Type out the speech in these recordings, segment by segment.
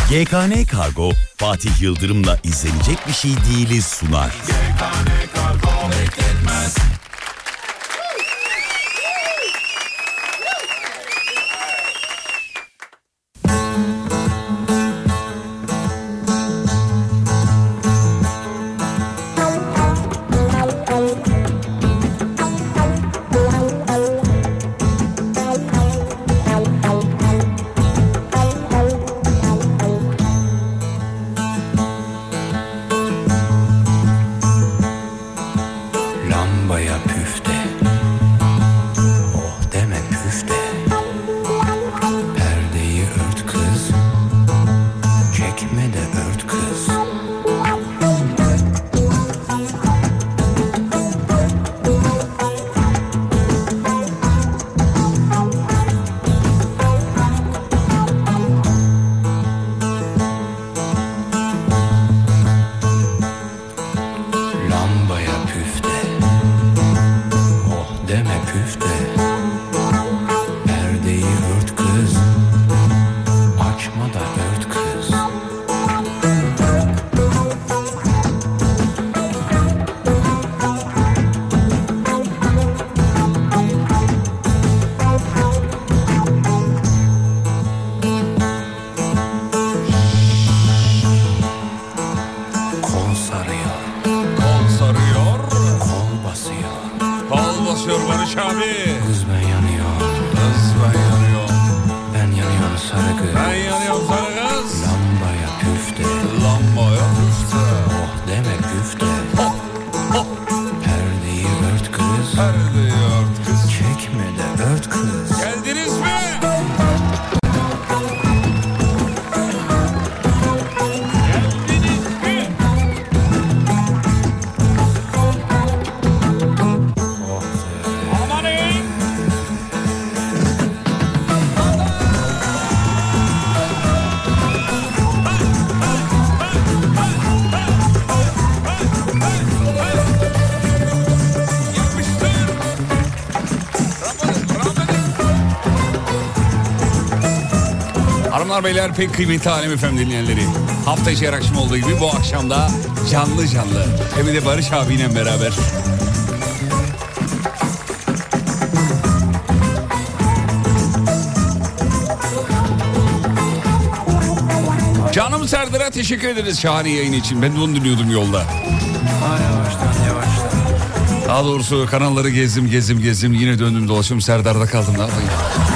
GKN Kargo Fatih Yıldırım'la izlenecek bir şey değiliz sunar. GKN Kargo bekletmez. Beyler, pek kıymetli Alem FM dinleyenleri, hafta içi her akşam olduğu gibi bu akşam da canlı hem de Barış abiyle beraber. Canım Serdar'a teşekkür ederiz şahane yayın için. Ben de onu dinliyordum yolda. Yavaştan. Daha doğrusu kanalları gezdim. Yine döndüm dolaşıyorum, Serdar'da kaldım, ne yapayım?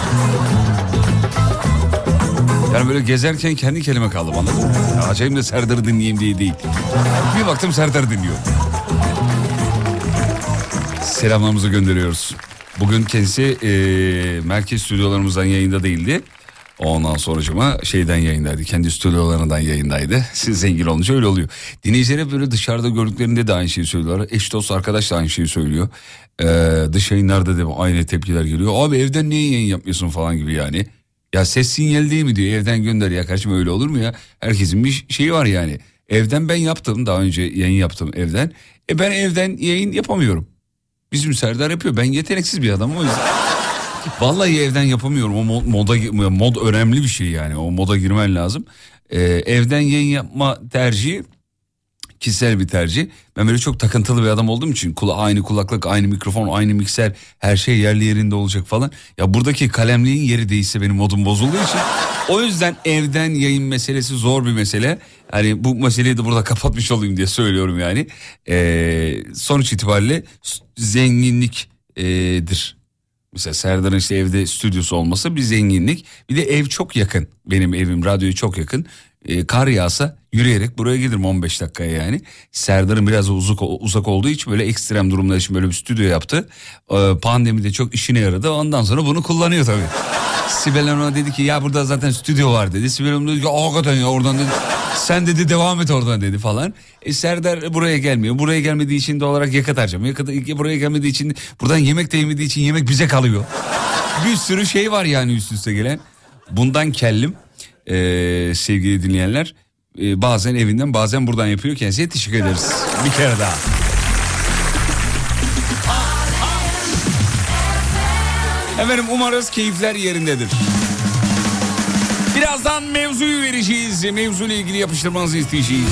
Yani böyle gezerken kendi kelime kaldım, anladın mı? Ya açayım da Serdar'ı dinleyeyim diye değil. Bir baktım Serdar dinliyor. Selamlarımızı gönderiyoruz. Bugün kendisi merkez stüdyolarımızdan yayında değildi. Ondan sonracıma şeyden yayındaydı. Kendi stüdyolarından yayındaydı. Siz zengin olunca öyle oluyor. Dinleyicilere böyle dışarıda gördüklerinde de aynı şeyi söylüyorlar. Eş dost arkadaş da aynı şeyi söylüyor. Dış yayınlarda da aynı tepkiler geliyor. Abi evden niye yayın yapmıyorsun falan gibi yani. Ya ses sinyali değil mi diyor, evden gönder. Ya kardeşim öyle olur mu ya? Herkesin bir şeyi var yani. Evden ben yaptım, daha önce yayın yaptım evden. Ben evden yayın yapamıyorum. Bizim Serdar yapıyor. Ben yeteneksiz bir adamım o yüzden. Vallahi evden yapamıyorum. O mod önemli bir şey yani. O moda girmen lazım. Evden yayın yapma tercihi kişisel bir tercih. Ben böyle çok takıntılı bir adam olduğum için aynı kulaklık, aynı mikrofon, aynı mikser, her şey yerli yerinde olacak falan. Ya buradaki kalemliğin yeri değişse benim modum bozulduğu için. O yüzden evden yayın meselesi zor bir mesele. Hani bu meseleyi de burada kapatmış olayım diye söylüyorum yani. Sonuç itibariyle zenginliktir. Mesela Serdar'ın işte evde stüdyosu olması bir zenginlik. Bir de ev çok yakın. Benim evim radyoya çok yakın. Kar yağsa yürüyerek buraya gelirim 15 dakikaya yani. Serdar'ın biraz uzak olduğu için böyle ekstrem durumlar için böyle bir stüdyo yaptı. Pandemide çok işine yaradı. Ondan sonra bunu kullanıyor tabii. Sibel Hanım'a dedi ki ya burada zaten stüdyo var dedi. Sibel Hanım dedi ki hakikaten ya oradan dedi. Sen dedi devam et oradan dedi falan. Serdar buraya gelmiyor. Buraya gelmediği için de olarak yakıt harcamıyor. Buraya gelmediği için, buradan yemek de yemediği için yemek bize kalıyor. Bir sürü şey var yani üst üste gelen. Bundan kellim sevgili dinleyenler. Bazen evinden bazen buradan yapıyor. Kendisine teşekkür ederiz. Bir kere daha. Efendim umarız keyifler yerindedir. Birazdan mevzuyu vereceğiz. Mevzuyla ilgili yapıştırmanızı isteyeceğiz.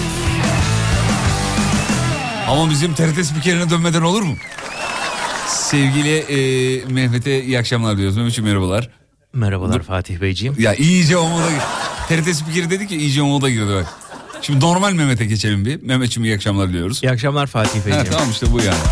Ama bizim TRT spikerine dönmeden olur mu? Sevgili Mehmet'e iyi akşamlar diyoruz. Mehmetciğim merhabalar. Merhabalar Fatih Beyciğim. Ya iyice o moda TRT spikeri dedi ki iyice o moda girdi bak. Şimdi normal Mehmet'e geçelim bir. Mehmetciğim iyi akşamlar diliyoruz. İyi akşamlar Fatih Beyciğim. Tamam işte bu yani.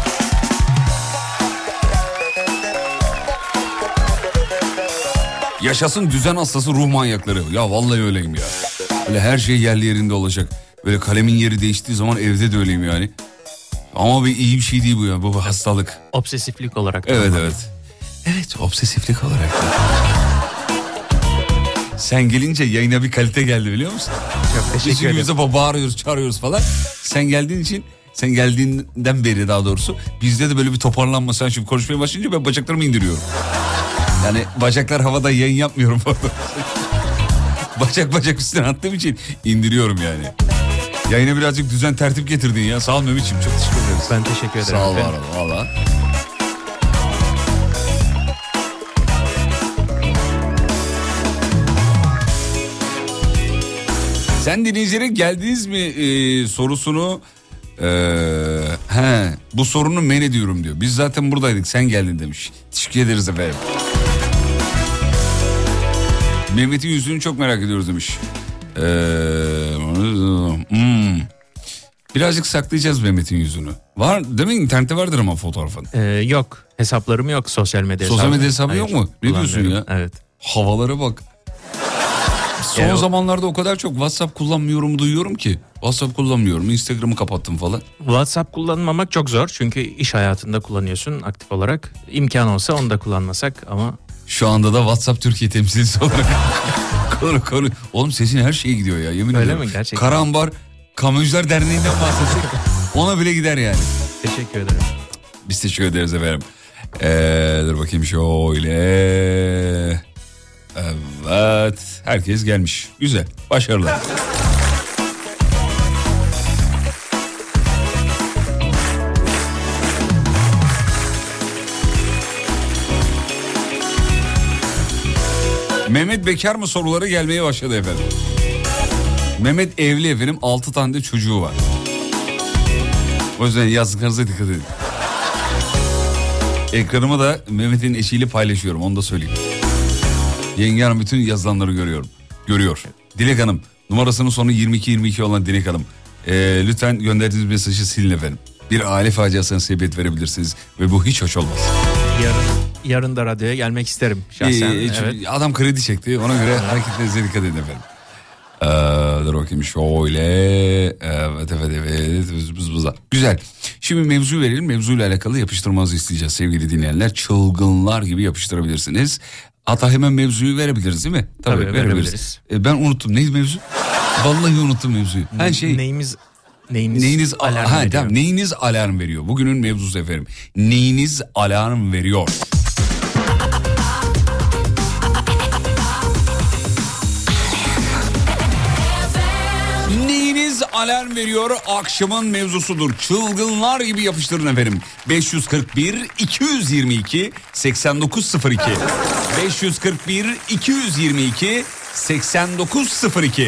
Yaşasın düzen hastası ruh manyakları. Ya vallahi öyleyim ya. Böyle her şey yerli yerinde olacak. Böyle kalemin yeri değiştiği zaman evde de öyleyim yani. Ama iyi bir şey değil bu ya. Bu bir hastalık. Obsesiflik olarak. Evet evet. Evet obsesiflik olarak. Sen gelince yayına bir kalite geldi biliyor musun? Çok teşekkür ederim. Biz de bağırıyoruz çağırıyoruz falan. Sen geldiğin için, sen geldiğinden beri daha doğrusu bizde de böyle bir toparlanma. Sen şimdi konuşmaya başlayınca ben bacaklarımı indiriyorum. Yani bacaklar havada, yayın yapmıyorum. Bacak üstüne attığım için indiriyorum yani. Yayına birazcık düzen tertip getirdin ya. Sağ ol Mehmetciğim, çok teşekkür ederiz. Ben teşekkür ederim. Sağ ol valla. Sen dinleyicilere geldiniz mi sorusunu bu sorunu men ediyorum diyor. Biz zaten buradaydık, sen geldin demiş. Teşekkür ederiz efendim. Mehmet'in yüzünü çok merak ediyoruz demiş. Birazcık saklayacağız Mehmet'in yüzünü. Var değil mi? İnternette vardır ama fotoğrafın. Yok. Hesaplarım yok sosyal medya hesabı. Sosyal medya hesabı yok mu? Ne diyorsun ya? Evet. Havalara bak. Son zamanlarda o kadar çok WhatsApp kullanmıyorum duyuyorum ki. WhatsApp kullanmıyorum. Instagram'ı kapattım falan. WhatsApp kullanmamak çok zor. Çünkü iş hayatında kullanıyorsun aktif olarak. İmkan olsa onu da kullanmasak ama... Şu anda da WhatsApp Türkiye temsilcisi olarak konu. Oğlum sesin her şeye gidiyor ya, yemin ederim. Öyle mi gerçekten? Karambar Kamyoncular Derneği'nden bahsetsek ona bile gider yani. Teşekkür ederim. Biz teşekkür ederiz efendim. Dur bakayım şöyle. Evet, herkes gelmiş. Güzel, başarılar. Mehmet bekar mı soruları gelmeye başladı efendim. Mehmet evli efendim, 6 tane de çocuğu var. O yüzden yazdıklarınıza dikkat edin. Ekranımı da Mehmet'in eşiyle paylaşıyorum, onu da söyleyeyim. Yenge Hanım bütün yazılanları görüyor. Dilek Hanım, numarasının sonu 22 olan Dilek Hanım. Lütfen gönderdiğiniz mesajı silin efendim. Bir aile faciasına sebebiyet verebilirsiniz ve bu hiç hoş olmaz. Yarın da radyoya gelmek isterim şahsen. Evet. Adam kredi çekti, ona göre hareketlerinize dikkat edin efendim. Dur bakayım şöyle. Evet. Güzel. Şimdi mevzu verelim. Mevzuyla alakalı yapıştırmanızı isteyeceğiz sevgili dinleyenler. Çılgınlar gibi yapıştırabilirsiniz. Hatta hemen mevzuyu verebiliriz değil mi? Tabii verebiliriz. Ben unuttum. Neydi mevzu? Vallahi unuttum mevzuyu. Neyiniz alarm veriyor? Tamam. Neyiniz alarm veriyor? Bugünün mevzusu efendim. Neyiniz alarm veriyor? Neyiniz alarm veriyor? Akşamın mevzusudur. Çılgınlar gibi yapıştırın efendim. 541 222 8902 541 222 8902.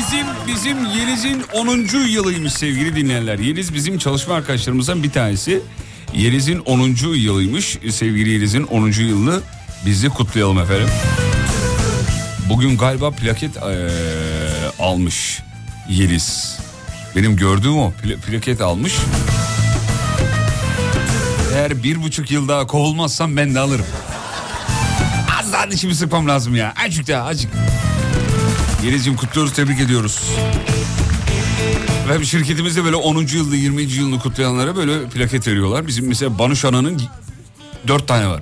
Bizim Yeliz'in 10. yılıymış sevgili dinleyenler. Yeliz bizim çalışma arkadaşlarımızdan bir tanesi. Yeliz'in 10. yılıymış. Sevgili Yeliz'in 10. yılını biz de kutlayalım efendim. Bugün galiba plaket almış Yeliz. Benim gördüğüm o, plaket almış. Eğer 1,5 yıl daha kovulmazsam ben de alırım. Az daha dişimi sıkmam lazım ya. Azıcık daha, azıcık. Yeliz'ciğim kutluyoruz, tebrik ediyoruz. Ve şirketimizde böyle 10. yılını, 20. yılını kutlayanlara böyle plaket veriyorlar. Bizim mesela Banuş Ana'nın 4 tane var.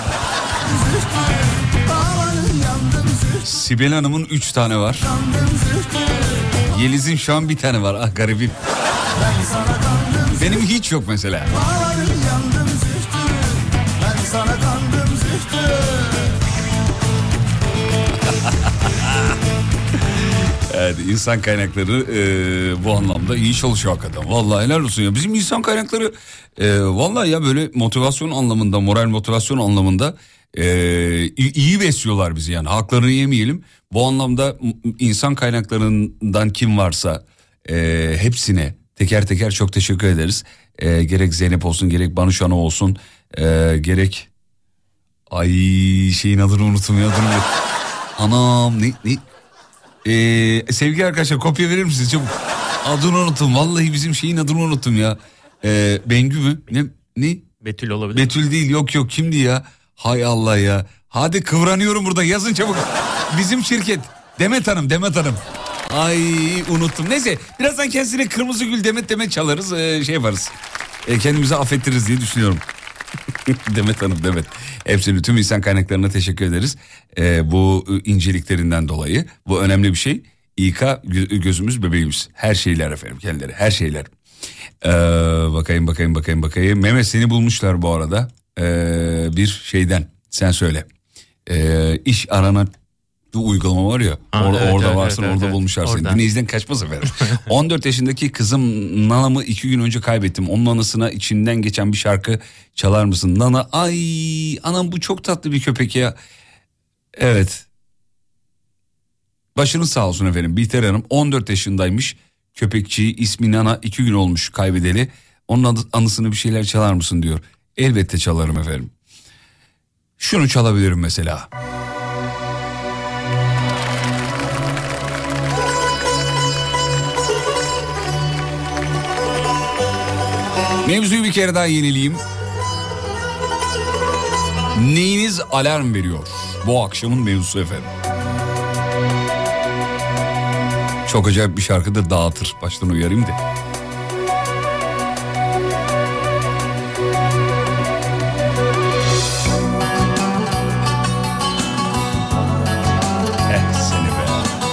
Sibel Hanım'ın 3 tane var. Yeliz'in şu an bir tane var. Ah garibim. Benim hiç yok mesela. Evet, insan kaynakları bu anlamda iyi çalışıyor hakikaten. Vallahi helal olsun ya. Bizim insan kaynakları vallahi ya böyle motivasyon anlamında, moral motivasyon anlamında iyi besliyorlar bizi yani. Haklarını yemeyelim. Bu anlamda insan kaynaklarından kim varsa hepsine teker teker çok teşekkür ederiz. Gerek Zeynep olsun, gerek Banuş Ana olsun, gerek şeyin adını unuttum ya. Anam ne sevgili arkadaşlar kopya verir misiniz çabuk? Adını unuttum. Vallahi bizim şeyin adını unuttum ya. Bengü mü? Ne? Betül olabilir. Betül değil, yok kimdi ya? Hay Allah ya. Hadi kıvranıyorum burada, yazın çabuk. Bizim şirket. Demet Hanım. Ay unuttum. Neyse birazdan kendisine Kırmızı Gül Demet çalarız. Şey yaparız. Kendimizi affettiririz diye düşünüyorum. Demet Hanım, Demet. Hepsini, tüm insan kaynaklarına teşekkür ederiz. Bu inceliklerinden dolayı. Bu önemli bir şey. İK gözümüz bebeğimiz. Her şeyler efendim kendileri. Her şeyler. Bakayım. Mehmet seni bulmuşlar bu arada. Bir şeyden. Sen söyle. İş aranan uygulama var ya. Orada varsın, orada bulmuşlar seni. Dinleyiciden kaçmaz efendim. 14 yaşındaki kızım Nana'mı 2 gün önce kaybettim. Onun anısına içinden geçen bir şarkı çalar mısın? Nana, ay anam bu çok tatlı bir köpek ya. Evet. Başınız sağ olsun efendim. Bihter Hanım 14 yaşındaymış. Köpekçi, ismi Nana, 2 gün olmuş kaybedeli. Onun anısını bir şeyler çalar mısın diyor. Elbette çalarım efendim. Şunu çalabilirim mesela. Mevzuyu bir kere daha yenileyim. Neyiniz alarm veriyor? Bu akşamın mevzusu efendim. Çok acayip bir şarkıdır, dağıtır. Baştan uyarayım da. Seni be.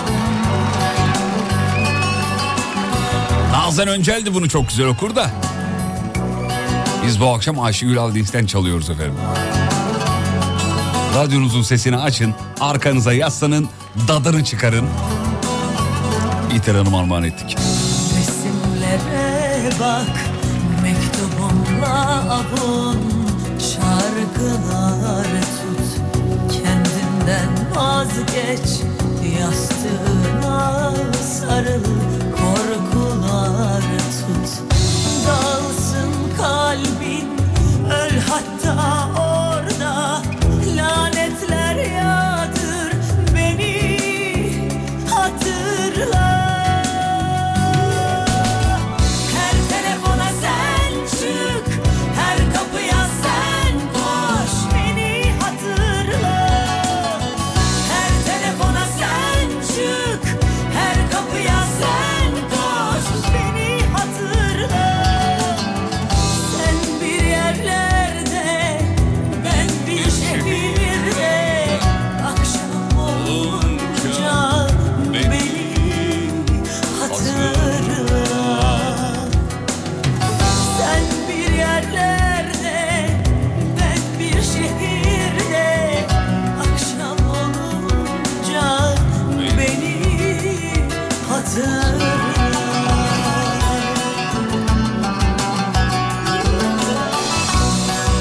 Nazan Öncel'di bunu çok güzel okur da. Biz bu akşam Ayşegül Aldinç'ten çalıyoruz efendim. Radyonuzun sesini açın, arkanıza yaslanın, dadını çıkarın. İhtar Hanım armağan ettik. Resimlere bak, mektubumla abun, şarkılar tut, kendinden vazgeç, yastığına sarıl, korkular tut, dağılsın kalbin, öl hatta orada, lanetler yağdır, beni hatırla.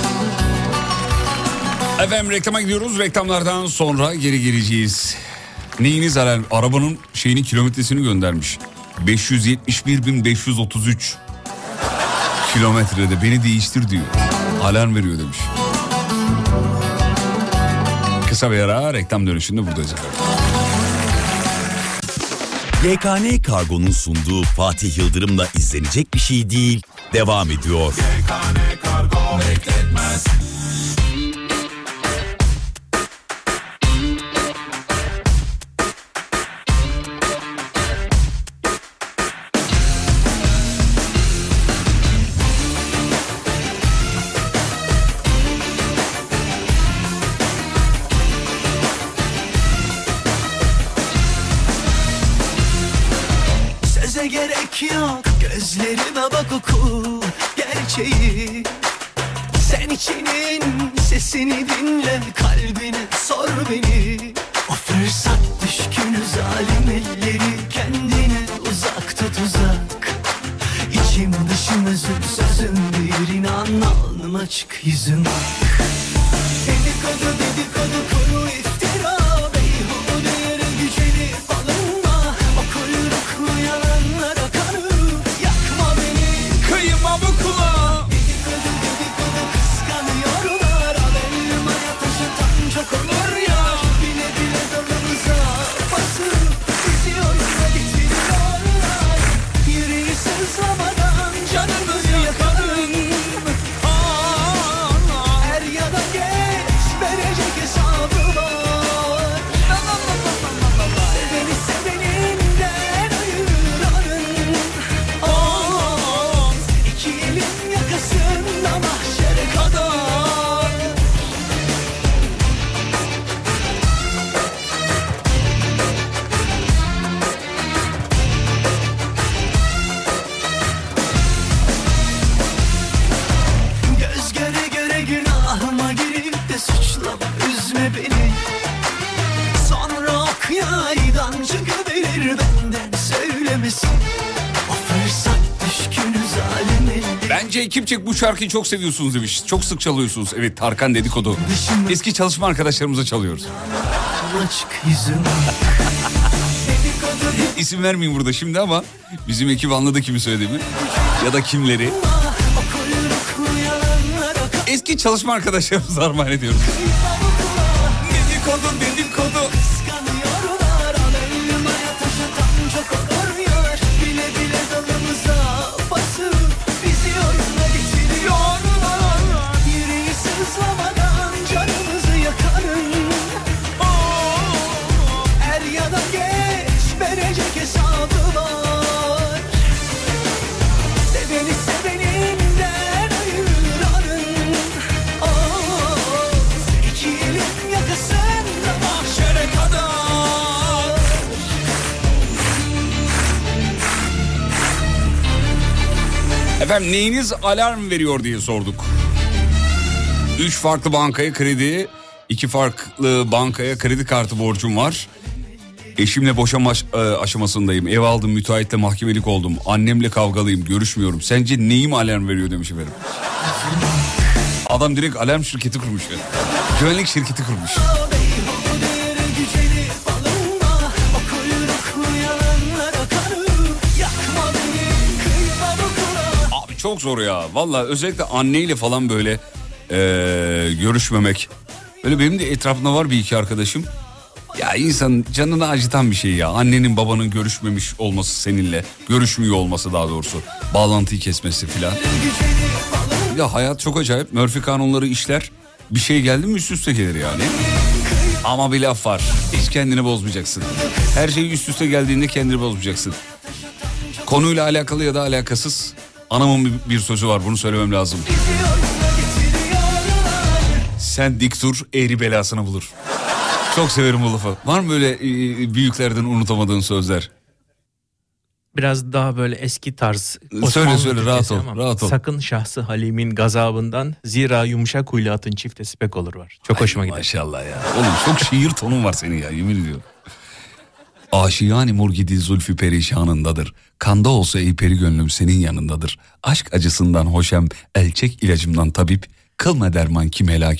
Efendim reklama gidiyoruz. Reklamlardan sonra geri geleceğiz. Neyiniz alarm? Arabanın şeyinin kilometresini göndermiş. 571.533 kilometrede beni değiştir diyor. Alarm veriyor demiş. Kısa bir ara, reklam dönüşünde buradayız efendim. YKN Kargo'nun sunduğu Fatih Yıldırım'la izlenecek bir şey değil devam ediyor. YKN Kargo bekletmez. Söze gerek yok, gözlerime bak oku gerçeği. Sen içinin sesini dinle, kalbine sor beni. O fırsat düşkünü zalim elleri kendine uzak tut uzak. İçim dışım özüm sözüm bir inan, alnıma çık yüzüm bak. Dedikodu dedikodu kuru iftira, beyhude yere gücenip alınma. O kuyruklu yalanlara kanı yakma beni, kıyma bu kulağa. Dedikodu dedikodu kıskanıyorlar, alelmaya taşıtan çok olur ya. Bile bile dalımıza basıp bizi oyuna getiriyorlar. Yüreği sızlamadan canımızı yakarım. Er ya da geç verecek hesabı var. Seveni seveninden ayıranın. İki elin yakasında mahşere kadar. Göz göre göre günahıma girip de suçlama, üzme beni. Sonra ok yaydan çıkıverir benden söylemesin. O fırsat düşkünü zalim elleri Bence ekipçek bu şarkıyı çok seviyorsunuz demiş. Çok sık çalıyorsunuz. Evet, Tarkan dedikodu. Eski çalışma arkadaşlarımıza çalıyoruz. açık yüzüm. Dedikodu İsim vermeyeyim burada şimdi ama bizim ekip anladı kimi söylediğimi. Ya da kimleri. o kuyruklu yalanlara Eski çalışma arkadaşlarımıza armağan ediyoruz. Dedikodu dedikodu. kıskanıyorlar, alelmaya taşıtan çok olur. Bile bile dalımıza basıp bizi oyuna getiriyorlar. Yüreği sızlamadan canımızı yakarım. Er ya da geç verecek hesabı var. Seveni seveninden ayıranın. İki elin yakasında mahşere kadar. Efendim neyiniz alarm veriyor diye sorduk. 3 farklı bankaya kredi, 2 farklı bankaya kredi kartı borcum var. Eşimle boşanma aşamasındayım. Ev aldım, müteahhitle mahkemelik oldum. Annemle kavgalıyım, görüşmüyorum. Sence neyim alarm veriyor demiş efendim. Adam direkt alarm şirketi kurmuş ya. Güvenlik şirketi kurmuş. Beyhude yere gücenip alınma. O kuyruklu yalanlara kanı yakma beni, kıyma bu kulağa. Abi çok zor ya. Vallahi özellikle anneyle falan böyle görüşmemek. Böyle benim de etrafımda var bir iki arkadaşım. Ya insan canını acıtan bir şey ya. Annenin babanın görüşmemiş olması seninle. Görüşmüyor olması daha doğrusu. Bağlantıyı kesmesi filan. Ya hayat çok acayip. Murphy kanunları işler. Bir şey geldi mi üst üste gelir yani. Ama bir laf var. Hiç kendini bozmayacaksın. Her şey üst üste geldiğinde kendini bozmayacaksın. Konuyla alakalı ya da alakasız. Anamın bir sözü var, bunu söylemem lazım. Sen dik dur, eğri belasını bulur. Çok severim bu lafı. Var mı böyle büyüklerden unutamadığın sözler? Biraz daha böyle eski tarz. Söyle, Osmanlı rahat Türkçesi ol, ama rahat ol. Sakın şahsı Halim'in gazabından, zira yumuşak huylu atın çiftesi pek olur var. Çok hoşuma gidiyor. Maşallah ya. Oğlum çok şiir tonun var senin ya, yemin ediyorum. Aşiyani murgidi zulfü perişanındadır. Kanda olsa ey peri gönlüm senin yanındadır. Aşk acısından hoşem, elçek ilacımdan tabip. Kılma derman kim helakim,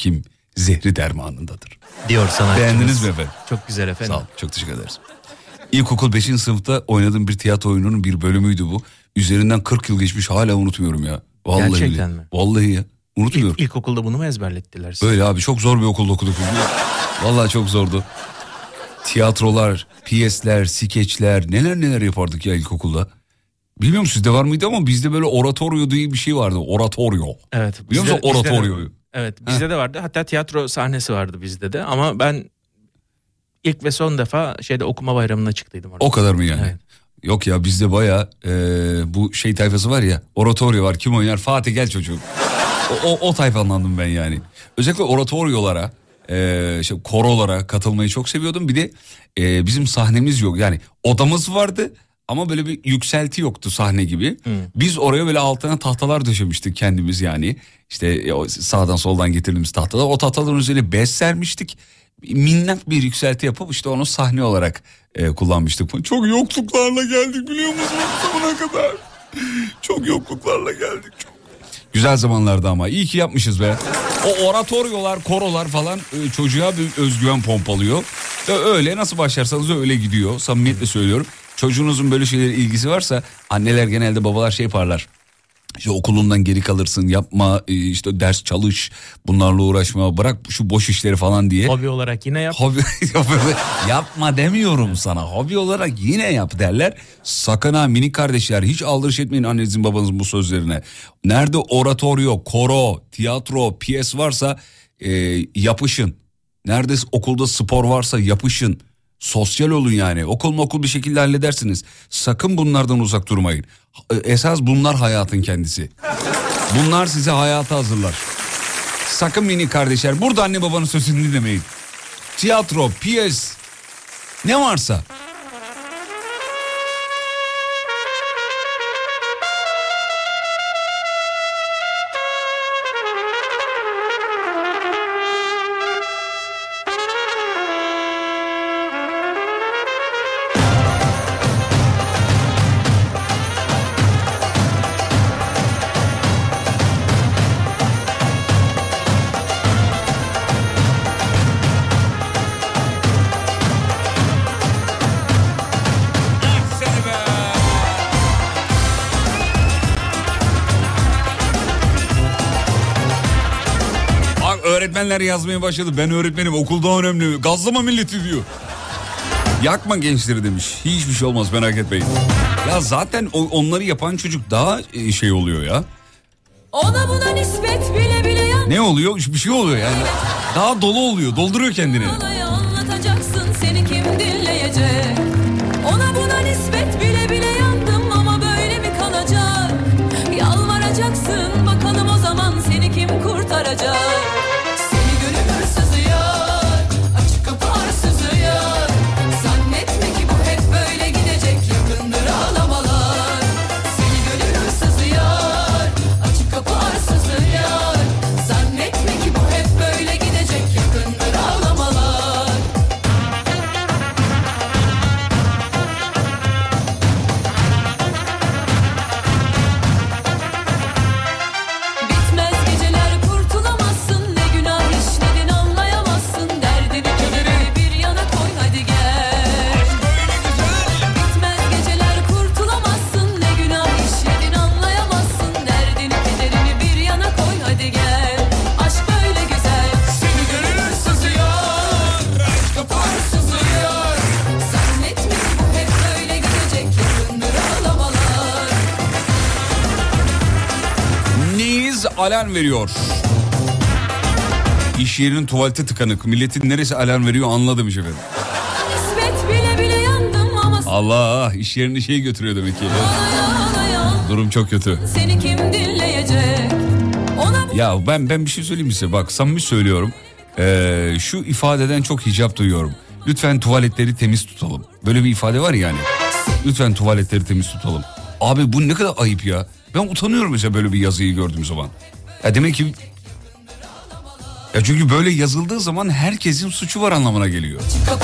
zehri dermanındadır. Diyor sanatçımız. Beğendiniz mi efendim? Çok güzel efendim. Sağ ol, çok teşekkür ederiz. İlkokul 5. sınıfta oynadığım bir tiyatro oyununun bir bölümüydü bu. Üzerinden 40 yıl geçmiş, hala unutmuyorum ya. Vallahi Gerçekten öyle. mi? Vallahi ya. Unutmuyorum. İlkokulda bunu mu ezberlettiler size? Böyle abi, çok zor bir okulda okuduk. Vallahi çok zordu. Tiyatrolar, piyesler, skeçler, neler yapardık ya ilkokulda. Bilmiyorum sizde var mıydı ama bizde böyle oratoryo diye bir şey vardı. Oratoryo. Evet. Biliyor musun oratoryoyu? Evet, bizde de vardı. Hatta tiyatro sahnesi vardı bizde de. Ama ben ilk ve son defa okuma bayramına çıktıydım orada. O kadar mı yani? Evet. Yok ya, bizde baya bu şey tayfası var ya, oratoryo var, kim oynar? Fatih gel çocuğum. O tayfanlandım ben yani. Özellikle oratoryolara, korolara katılmayı çok seviyordum. Bir de bizim sahnemiz yok, yani odamız vardı ama böyle bir yükselti yoktu sahne gibi. Biz oraya böyle altına tahtalar döşemiştik kendimiz yani. İşte sağdan soldan getirdiğimiz tahtalar, o tahtaların üzerine bez sermiştik. Minnak bir yükselti yapıp işte onu sahne olarak kullanmıştık. Çok yokluklarla geldik, biliyor musunuz, buna kadar? Çok yokluklarla geldik. Çok. Güzel zamanlardı ama iyi ki yapmışız be. O oratoryolar, korolar falan çocuğa bir özgüven pompalıyor. Öyle nasıl başlarsanız öyle gidiyor. Samimiyetle söylüyorum. Çocuğunuzun böyle şeylere ilgisi varsa anneler, genelde babalar yaparlar. İşte okulundan geri kalırsın, yapma, işte ders çalış, bunlarla uğraşma, bırak şu boş işleri falan diye. Hobi olarak yine yap. Yapma demiyorum sana, hobi olarak yine yap derler. Sakın ha minik kardeşler, hiç aldırış etmeyin annenizin babanızın bu sözlerine. Nerede oratoryo, koro, tiyatro, piyes varsa yapışın. Nerede okulda spor varsa yapışın. Sosyal olun yani. Okul bir şekilde halledersiniz. Sakın bunlardan uzak durmayın. Esas bunlar hayatın kendisi. Bunlar size hayata hazırlar. Sakın minik kardeşler, burada anne babanın sözünü dinlemeyin. Tiyatro, piyes, ne varsa. Öğretmenler yazmaya başladı. Ben öğretmenim, okul daha önemli. Gazlama milleti diyor. Yakma gençleri demiş. Hiçbir şey olmaz, merak etmeyin. Ya zaten onları yapan çocuk daha şey oluyor ya. Ona buna nispet bile bile yan. Ne oluyor? Bir şey oluyor yani. Daha dolu oluyor. Dolduruyor kendini. Anlatacaksın, seni kim dinleyecek? Ona buna nispet bile bile yandım ama böyle mi kalacak? Yalvaracaksın, bakalım o zaman seni kim kurtaracak? Alarm veriyor. İş yerinin tuvalete tıkanık. Milletin neresi alarm veriyor anladım efendim. Allah, iş yerini götürüyor demek ki. Durum çok kötü. Seni kim dinleyecek? Ya ben bir şey söyleyeyim mi size? Bak samimi söylüyorum. Şu ifadeden çok hicap duyuyorum. Lütfen tuvaletleri temiz tutalım. Böyle bir ifade var yani. Lütfen tuvaletleri temiz tutalım. Abi bu ne kadar ayıp ya. Ben utanıyorum mesela böyle bir yazıyı gördüğüm zaman. Ya demek ki... Ya çünkü böyle yazıldığı zaman herkesin suçu var anlamına geliyor.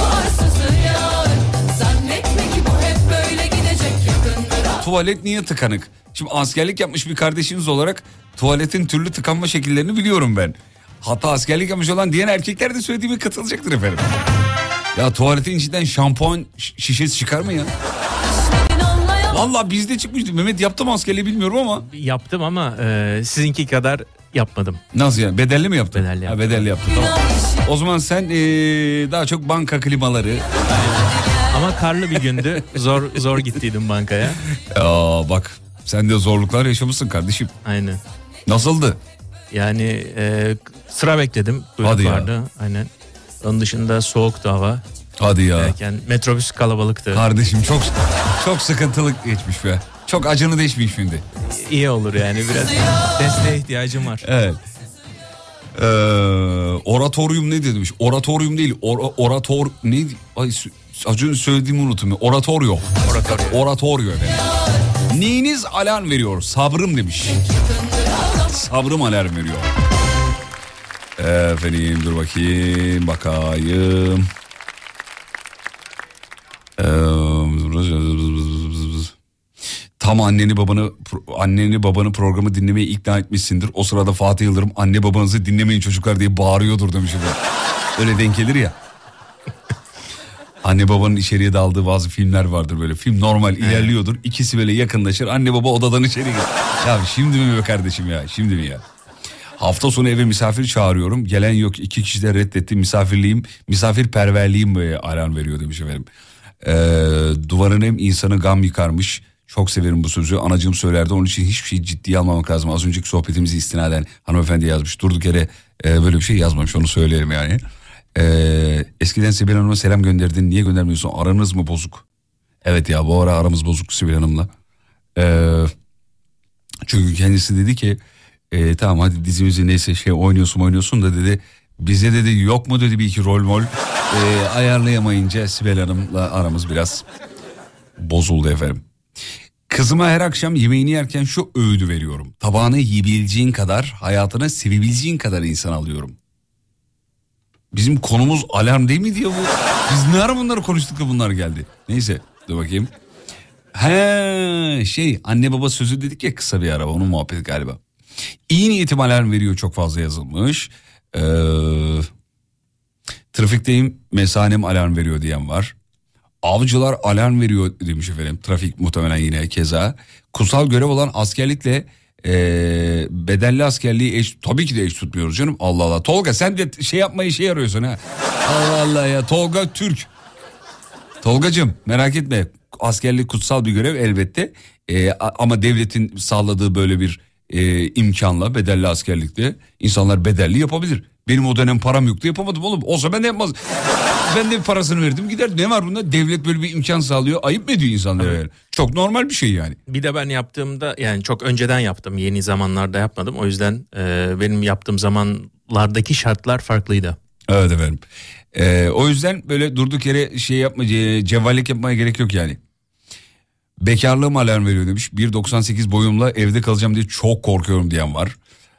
Tuvalet niye tıkanık? Şimdi askerlik yapmış bir kardeşiniz olarak tuvaletin türlü tıkanma şekillerini biliyorum ben. Hatta askerlik yapmış olan diğer erkekler de söylediğime katılacaktır efendim. Ya tuvaletin içinden şampuan şişesi çıkar mı ya? Vallahi bizde çıkmıştı. Mehmet yaptı mı askerliği bilmiyorum ama. Yaptım ama sizinki kadar yapmadım. Nasıl yani? Bedelli mi yaptın? Bedelli yaptım. Bedelli yaptın, tamam. O zaman sen daha çok banka klimaları. Ama karlı bir gündü. Zor gittiydim bankaya. Ya bak sen de zorluklar yaşamışsın kardeşim. Aynen. Nasıldı? Yani sıra bekledim. Hadi ya. Vardı. Aynen. Onun dışında soğuktu hava. Hadi ya. Derken metrobüs kalabalıktı. Kardeşim çok sıkıntılı geçmiş be. Çok acını değişmiş şimdi. İyi olur yani, biraz desteğe ihtiyacım var. Evet. Oratoryum ne demiş? Oratoryum değil. Orator neydi? Ay, az önce söylediğimi unuttum. Oratoryo. Oratoryo efendim. Neyiniz alarm veriyor? Sabrım demiş. Sabrım alarm veriyor. Efendim dur bakayım. Tam anneni babanı programı dinlemeye ikna etmişsindir. O sırada Fatih Yıldırım anne babanızı dinlemeyin çocuklar diye bağırıyordur demiş. Öyle denk gelir ya. Anne babanın içeriye daldığı bazı filmler vardır böyle. Film normal ilerliyordur. İkisi böyle yakınlaşır. Anne baba odadan içeri girer. Ya şimdi mi be kardeşim ya? Şimdi mi ya? Hafta sonu eve misafir çağırıyorum. Gelen yok. 2 kişi de reddetti. Misafirperverliğim böyle alarm veriyor demiş efendim. Duvarın hem insanı gam yıkarmış. Çok severim bu sözü. Anacığım söylerdi. Onun için hiçbir şeyi ciddiye almamak lazım. Az önceki sohbetimizi istinaden hanımefendi yazmış. Durduk yere böyle bir şey yazmamış. Onu söyleyelim yani. Eskiden Sibel Hanım'a selam gönderdin. Niye göndermiyorsun? Aranız mı bozuk? Evet ya, bu ara aramız bozuk Sibel Hanım'la. Çünkü kendisi dedi ki tamam hadi dizimizi neyse oynuyorsun da dedi. Bize dedi yok mu dedi bir iki rol mol. Ayarlayamayınca Sibel Hanım'la aramız biraz bozuldu efendim. Kızıma her akşam yemeğini yerken şu öğüdü veriyorum. Tabağını yiyebileceğin kadar, hayatına sevebileceğin kadar insan alıyorum. Bizim konumuz alarm değil mi diye bu? Biz ne ara bunları konuştuk da bunlar geldi. Neyse dur bakayım. Anne baba sözü dedik ya kısa bir ara, onun muhabbeti galiba. İyi niyetim alarm veriyor, çok fazla yazılmış. Trafikteyim mesanem alarm veriyor diyen var. Avcılar alarm veriyor demiş efendim. Trafik muhtemelen yine keza. Kutsal görev olan askerlikle bedelli askerliği tabii ki de eş tutmuyoruz canım. Allah Allah. Tolga sen de yapmayı arıyorsun ha. Allah Allah ya. Tolga Türk. Tolgacığım merak etme. Askerlik kutsal bir görev elbette. Ama devletin sağladığı böyle bir imkanla bedelli askerlikte insanlar bedelli yapabilir. Benim o dönem param yoktu, yapamadım oğlum. Olsa ben de yapmaz. Ben de parasını verdim gider. Ne var bunda? Devlet böyle bir imkan sağlıyor. Ayıp mı ediyor insanlara? Yani? Çok normal bir şey yani. Bir de ben yaptığımda yani çok önceden yaptım. Yeni zamanlarda yapmadım. O yüzden benim yaptığım zamanlardaki şartlar farklıydı. Evet efendim. O yüzden böyle durduk yere cevvallik yapmaya gerek yok yani. Bekarlığım alarm veriyor demiş. 1.98 boyumla evde kalacağım diye çok korkuyorum diyen var.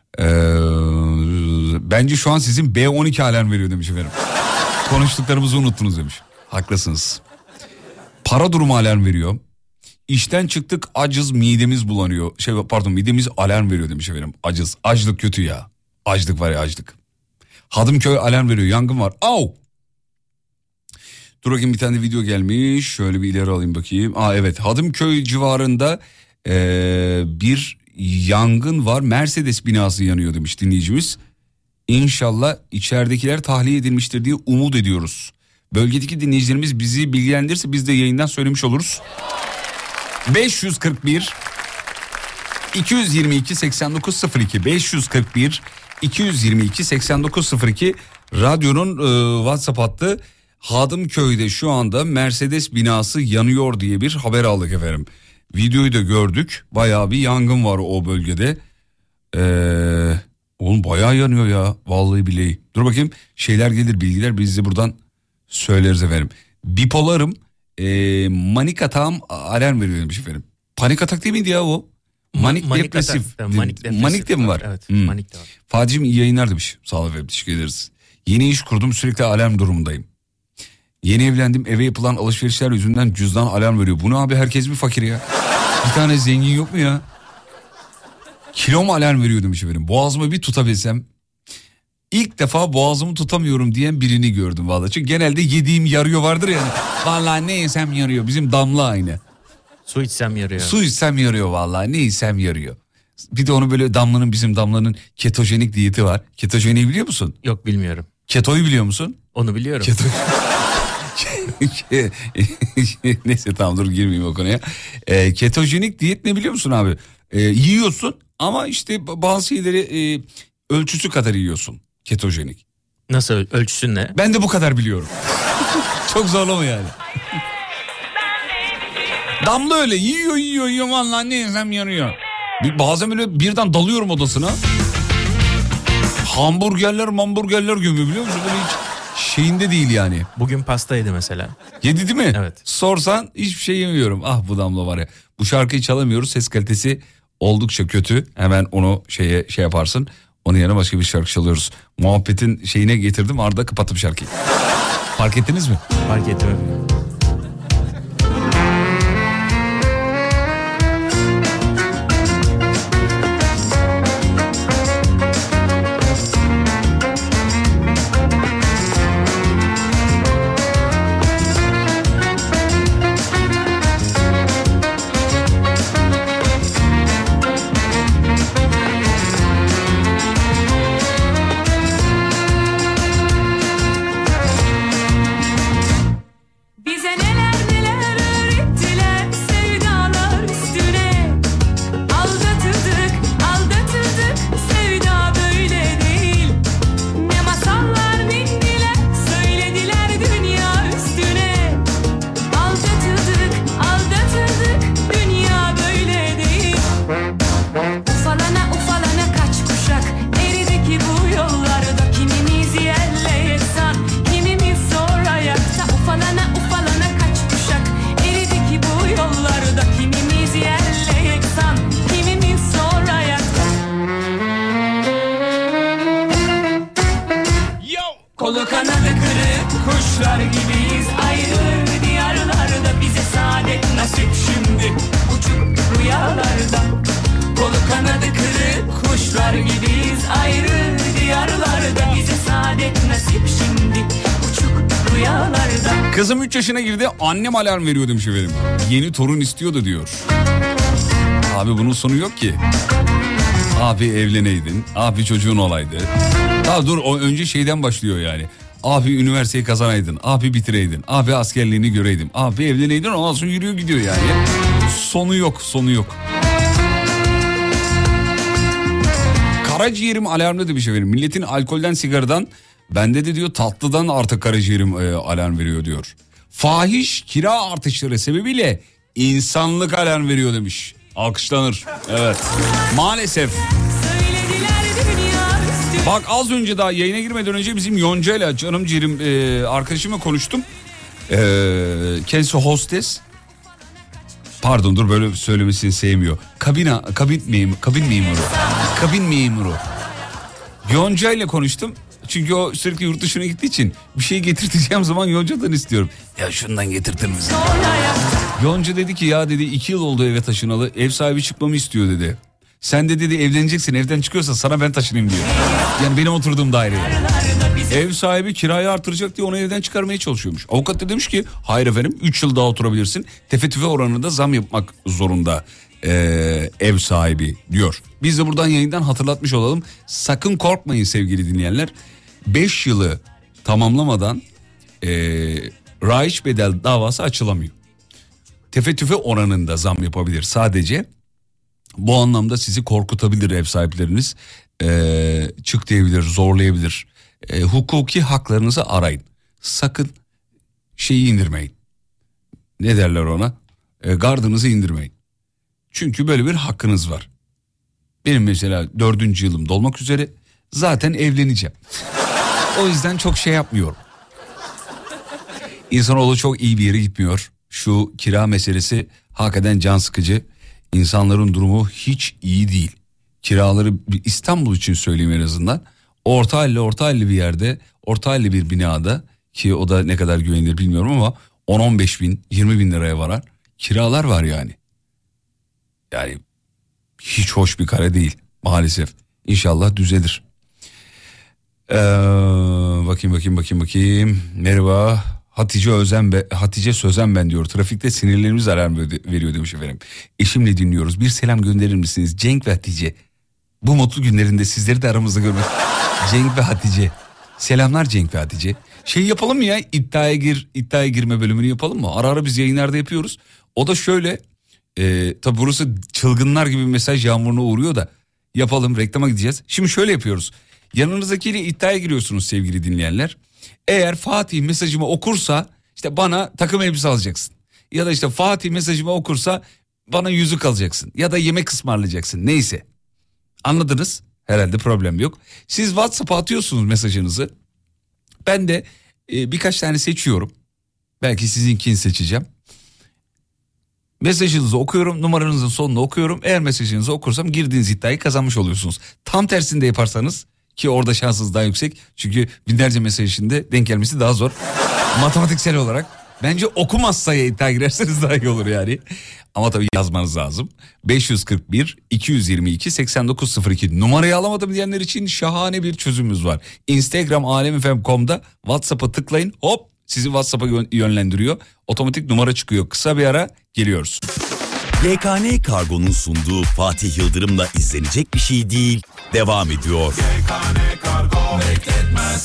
Bence şu an sizin B12 alarm veriyor demiş efendim. Konuştuklarımızı unuttunuz demiş. Haklısınız. Para durumu alarm veriyor. İşten çıktık acız, midemiz bulanıyor. Midemiz alarm veriyor demiş efendim. Acız. Açlık kötü ya. Açlık var ya, açlık. Hadımköy alarm veriyor. Yangın var. Au! Dur bakayım, bir tane video gelmiş. Şöyle bir ileri alayım bakayım. Evet, Hadımköy civarında bir yangın var. Mercedes binası yanıyor demiş dinleyicimiz. İnşallah içeridekiler tahliye edilmiştir diye umut ediyoruz. Bölgedeki dinleyicilerimiz bizi bilgilendirirse biz de yayından söylemiş oluruz. 541 222 8902 541 222 8902 radyonun WhatsApp hattı. Hadımköy'de şu anda Mercedes binası yanıyor diye bir haber aldık efendim. Videoyu da gördük. Bayağı bir yangın var o bölgede. Oğlum bayağı yanıyor ya. Vallahi billahi. Dur bakayım. Şeyler bilgiler biz de buradan söyleriz efendim. Bipolarım. Manik atağım alarm veriyor demiş efendim. Panik atak değil miydi ya o? Manik depresif. Manik de mi var? Evet. Manik de var. Fatih'im iyi yayınlar demiş. Sağ olun efendim. Teşekkür ederiz. Yeni iş kurdum, sürekli alarm durumundayım. Yeni evlendim, eve yapılan alışverişler yüzünden cüzdan alarm veriyor. Bu ne abi, herkes bir fakir ya. Bir tane zengin yok mu ya? Kilom alarm veriyor demiş efendim. Boğazımı bir tutabilsem. İlk defa boğazımı tutamıyorum diyen birini gördüm vallahi. Çünkü genelde yediğim yarıyor vardır yani. Vallahi ne yesem yarıyor. Bizim Damla aynı. Su içsem yarıyor. Su içsem yarıyor vallahi. Ne yesem yarıyor. Bir de onu böyle bizim Damla'nın ketojenik diyeti var. Ketojeniği biliyor musun? Yok, bilmiyorum. Ketoyu biliyor musun? Onu biliyorum. Neyse tamam, dur girmeyeyim o konuya. Ketojenik diyet ne biliyor musun abi? Yiyorsun ama işte bazı şeyleri ölçüsü kadar yiyorsun. Ketojenik. Nasıl, ölçüsü ne? Ben de bu kadar biliyorum. Çok zorlama yani. Damla öyle yiyor vallahi ne yesem yanıyor. Bazen böyle birden dalıyorum odasına. Hamburgerler gömüyor biliyor musun? Böyle hiç şeyinde değil yani. Bugün pasta yedi mesela. Yedi değil mi? Evet. Sorsan hiçbir şey yemiyorum. Ah bu Damla var ya. Bu şarkıyı çalamıyoruz. Ses kalitesi oldukça kötü. Hemen onu şey yaparsın. Onun yerine başka bir şarkı çalıyoruz. Muhabbetin şeyine getirdim, arada kapattım şarkıyı. Fark ettiniz mi? Fark ettim. Kızım 3 yaşına girdi, annem alarm veriyor demiş efendim. Yeni torun istiyordu diyor. Abi bunun sonu yok ki. Abi evleneydin, abi çocuğun olaydı. Daha dur, o önce şeyden başlıyor yani. Abi üniversiteyi kazanaydın, abi bitireydin, abi askerliğini göreydim, abi evleneydin, ondan sonra yürüyor gidiyor yani. Sonu yok. Karaciğerim alarmlı demiş efendim. Milletin alkolden, sigaradan, bende de diyor tatlıdan artık karaciğerim alarm veriyor diyor. Fahiş kira artışları sebebiyle insanlık alarm veriyor demiş. Alkışlanır. Evet. Maalesef. Bak az önce daha yayına girmeden önce bizim Yonca ile canım ciğerim arkadaşımla konuştum. Kendisi hostes. Pardon dur, böyle söylemesini sevmiyor. Kabin memuru. Yonca ile konuştum. Çünkü o sürekli yurt dışına gittiği için bir şey getirteceğim zaman Yonca'dan istiyorum. Ya şundan getirtir misin? Yonca dedi ki ya dedi 2 yıl oldu eve taşınalı. Ev sahibi çıkmamı istiyor dedi. Sen de dedi evleneceksin, evden çıkıyorsa sana ben taşınayım diyor. Yani benim oturduğum daireye. Ev sahibi kirayı artıracak diye onu evden çıkarmaya çalışıyormuş. Avukat da demiş ki hayır efendim 3 yıl daha oturabilirsin. Tefe tüfe oranında zam yapmak zorunda ev sahibi diyor. Biz de buradan yayından hatırlatmış olalım. Sakın korkmayın sevgili dinleyenler. 5 yılı tamamlamadan raiç bedel davası açılamıyor. Tefe tüfe oranında zam yapabilir sadece. Bu anlamda sizi korkutabilir ev sahipleriniz. Çık diyebilir, zorlayabilir. Hukuki haklarınızı arayın. Sakın şeyi indirmeyin. Ne derler ona? Gardınızı indirmeyin. Çünkü böyle bir hakkınız var. Benim mesela 4. yılım dolmak üzere, zaten evleneceğim. O yüzden çok şey yapmıyorum. İnsanoğlu çok iyi bir yere gitmiyor. Şu kira meselesi hakikaten can sıkıcı. İnsanların durumu hiç iyi değil. Kiraları İstanbul için söyleyeyim en azından. Orta halli bir yerde, orta halli bir binada, ki o da ne kadar güvenilir bilmiyorum ama 10-15 bin, 20 bin liraya varan kiralar var yani. Yani hiç hoş bir kare değil maalesef. İnşallah düzelir. Bakayım. Merhaba. Hatice Sözen ben diyor. Trafikte sinirlerimiz alarm veriyor demiş efendim. Eşimle dinliyoruz. Bir selam gönderir misiniz? Cenk ve Hatice. Bu mutlu günlerinde sizleri de aramızda görmek. Cenk ve Hatice. Selamlar Cenk ve Hatice. Şey yapalım mı ya? İddiaya girme bölümünü yapalım mı? Ara ara biz yayınlarda yapıyoruz. O da şöyle. Tabi burası çılgınlar gibi mesaj yağmuruna uğruyor da. Yapalım, reklama gideceğiz. Şimdi şöyle yapıyoruz. Yanınızdakiyle iddiaya giriyorsunuz sevgili dinleyenler. Eğer Fatih mesajımı okursa işte bana takım elbise alacaksın. Ya da işte Fatih mesajımı okursa bana yüzük alacaksın. Ya da yemek ısmarlayacaksın. Neyse. Anladınız? Herhalde problem yok. Siz WhatsApp'a atıyorsunuz mesajınızı. Ben de birkaç tane seçiyorum. Belki sizinkini seçeceğim. Mesajınızı okuyorum, numaranızın sonunu okuyorum. Eğer mesajınızı okursam girdiğiniz iddiayı kazanmış oluyorsunuz. Tam tersini de yaparsanız, ki orada şansınız daha yüksek. Çünkü binlerce mesaj içinde denk gelmesi daha zor. Matematiksel olarak bence okumazsaya iddia girerseniz daha iyi olur yani. Ama tabii yazmanız lazım. 541 222 8902 numarayı alamadım diyenler için şahane bir çözümümüz var. Instagram alemfm.com'da WhatsApp'a tıklayın, hop sizi WhatsApp'a yönlendiriyor. Otomatik numara çıkıyor. Kısa bir ara geliyoruz. YKN Kargo'nun sunduğu Fatih Yıldırım'la izlenecek bir şey değil devam ediyor. YKN Kargo bekletmez.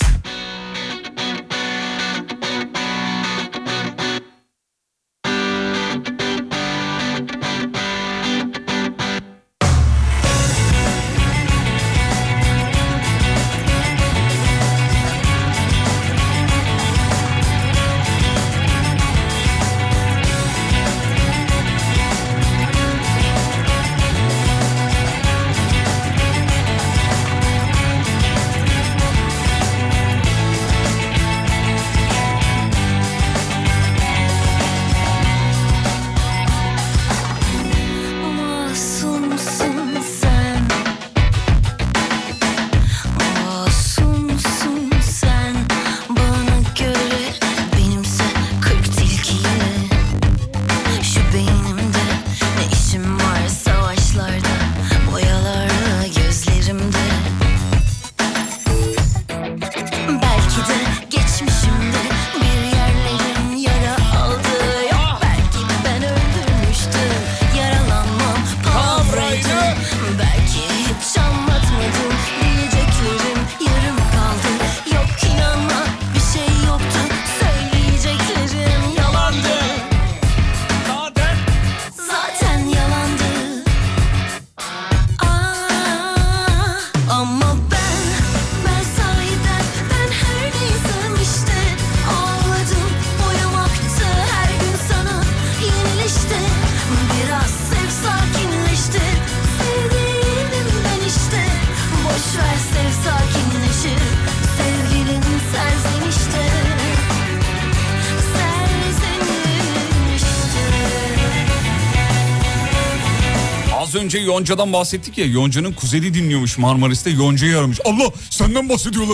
Önce Yonca'dan bahsettik ya. Yonca'nın kuzeni dinliyormuş Marmaris'te. Yonca'yı aramış. Allah, senden bahsediyorlar.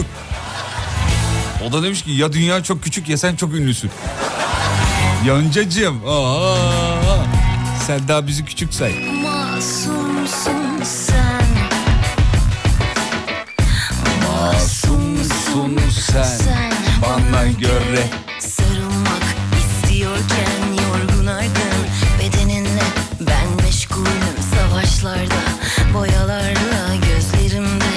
O da demiş ki ya dünya çok küçük ya sen çok ünlüsün. Yoncacığım. Sen daha bizi küçük say. Masumsun sen. Masumsun sen. Bana göre. Sarılmak istiyorken yorgun argın bedeninle ben meşgulüm savaşlarda, boyalarla gözlerimde.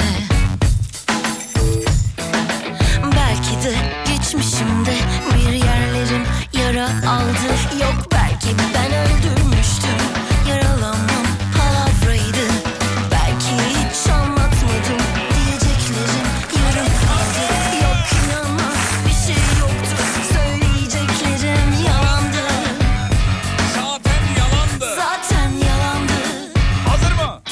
Belki de geçmişimde bir yerlerim yara aldı. Yok belki ben öldürmüştüm, yaralanmam palavraydı. Belki hiç anlatmadım, diyeceklerim yarım kaldı. Yok inanma bir şey yoktu, söyleyeceklerim yalandı. Zaten yalandı. Zaten yalandı. Hazır mı?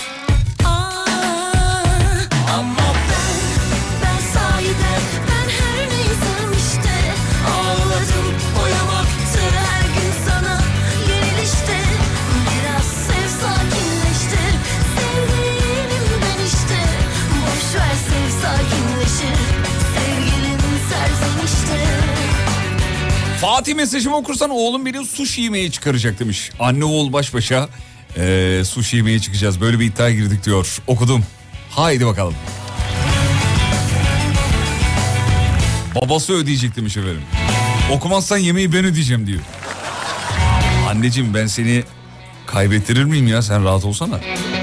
Ama ben sahiden ben her neysem işte. Ağladım, boyamaktı her gün sana yenilişte. Biraz sev sakinleştir, sevdiğinim ben işte. Boş ver sev sakinleşir, sevgilim serzenişte. Fatih mesajımı okursan oğlum beni sushi yemeye çıkaracak demiş. Anne oğul baş başa sushi yemeye çıkacağız. Böyle bir iddiaya girdik diyor. Okudum. Haydi bakalım. Babası ödeyecek demiş efendim. Okumazsan yemeği ben ödeyeceğim diyor. Anneciğim ben seni kaybettirir miyim ya, sen rahat olsana.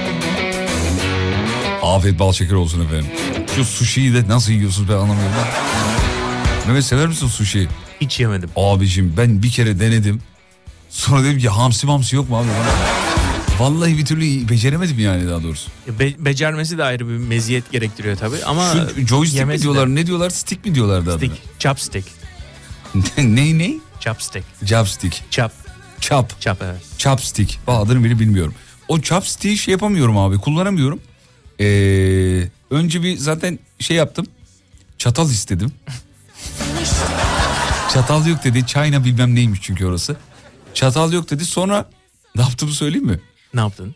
Afiyet bal şeker olsun efendim. Şu sushi'yi de nasıl yiyorsunuz ben anlamıyorum. Mehmet sever misin sushi? Hiç yemedim. Abicim ben bir kere denedim. Sonra dedim ki hamsi yok mu abi? Vallahi bir türlü beceremedim yani, daha doğrusu. Becermesi de ayrı bir meziyet gerektiriyor tabii ama Şu joystick mi diyorlar, ne diyorlar, stick mi diyorlardı adına? Stick, chopstick. ne? Chopstick. Chopstick. Chop Evet. Chopstick. Adını bile bilmiyorum. O chopstick'i şey yapamıyorum abi, kullanamıyorum. Önce bir zaten şey yaptım. Çatal istedim. Çatal yok dedi. China bilmem neymiş çünkü orası. Çatal yok dedi. Sonra ne yaptığımı söyleyeyim mi? Ne yaptın?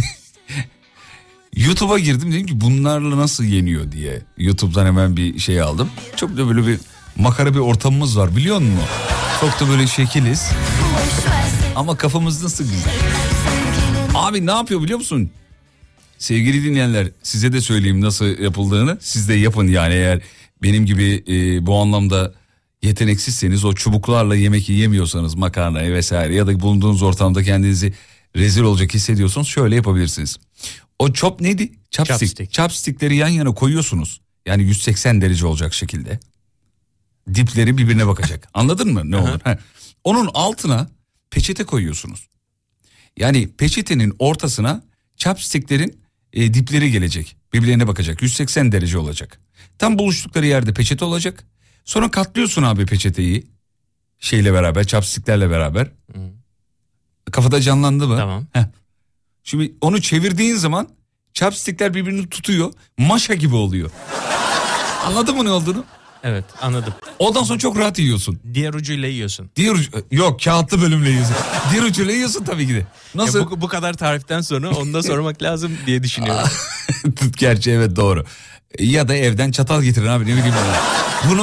YouTube'a girdim, dedim ki bunlarla nasıl yeniyor diye. YouTube'dan hemen bir şey aldım. Çok da böyle bir makara bir ortamımız var, biliyor musun? Çok da böyle şekiliz. Ama kafamız nasıl güzel. Abi ne yapıyor biliyor musun? Sevgili dinleyenler, size de söyleyeyim nasıl yapıldığını. Siz de yapın yani, eğer benim gibi bu anlamda yeteneksizseniz, o çubuklarla yemek yiyemiyorsanız, makarnayı vesaire, ya da bulunduğunuz ortamda kendinizi rezil olacak hissediyorsanız şöyle yapabilirsiniz. O chop neydi? Chopstick. Chopstickleri yan yana koyuyorsunuz. Yani 180 derece olacak şekilde. Dipleri birbirine bakacak. Anladın mı? Ne olur? Onun altına peçete koyuyorsunuz. Yani peçetenin ortasına chopsticklerin dipleri gelecek. Birbirlerine bakacak. 180 derece olacak. Tam buluştukları yerde peçete olacak. Sonra katlıyorsun abi peçeteyi. Şeyle beraber, chopsticklerle beraber. Kafada canlandı mı? Tamam. Şimdi onu çevirdiğin zaman chopstickler birbirini tutuyor. Maşa gibi oluyor. Anladın mı ne olduğunu? Evet, anladım. Ondan sonra çok rahat yiyorsun. Diğer ucuyla yiyorsun. Yok, kağıtlı bölümle yiyorsun. Diğer ucuyla yiyorsun tabii ki de. Nasıl? Ya bu kadar tariften sonra onu da sormak lazım diye düşünüyorum. Gerçi evet, doğru. Ya da evden çatal getirin abi, ne bileyim ben.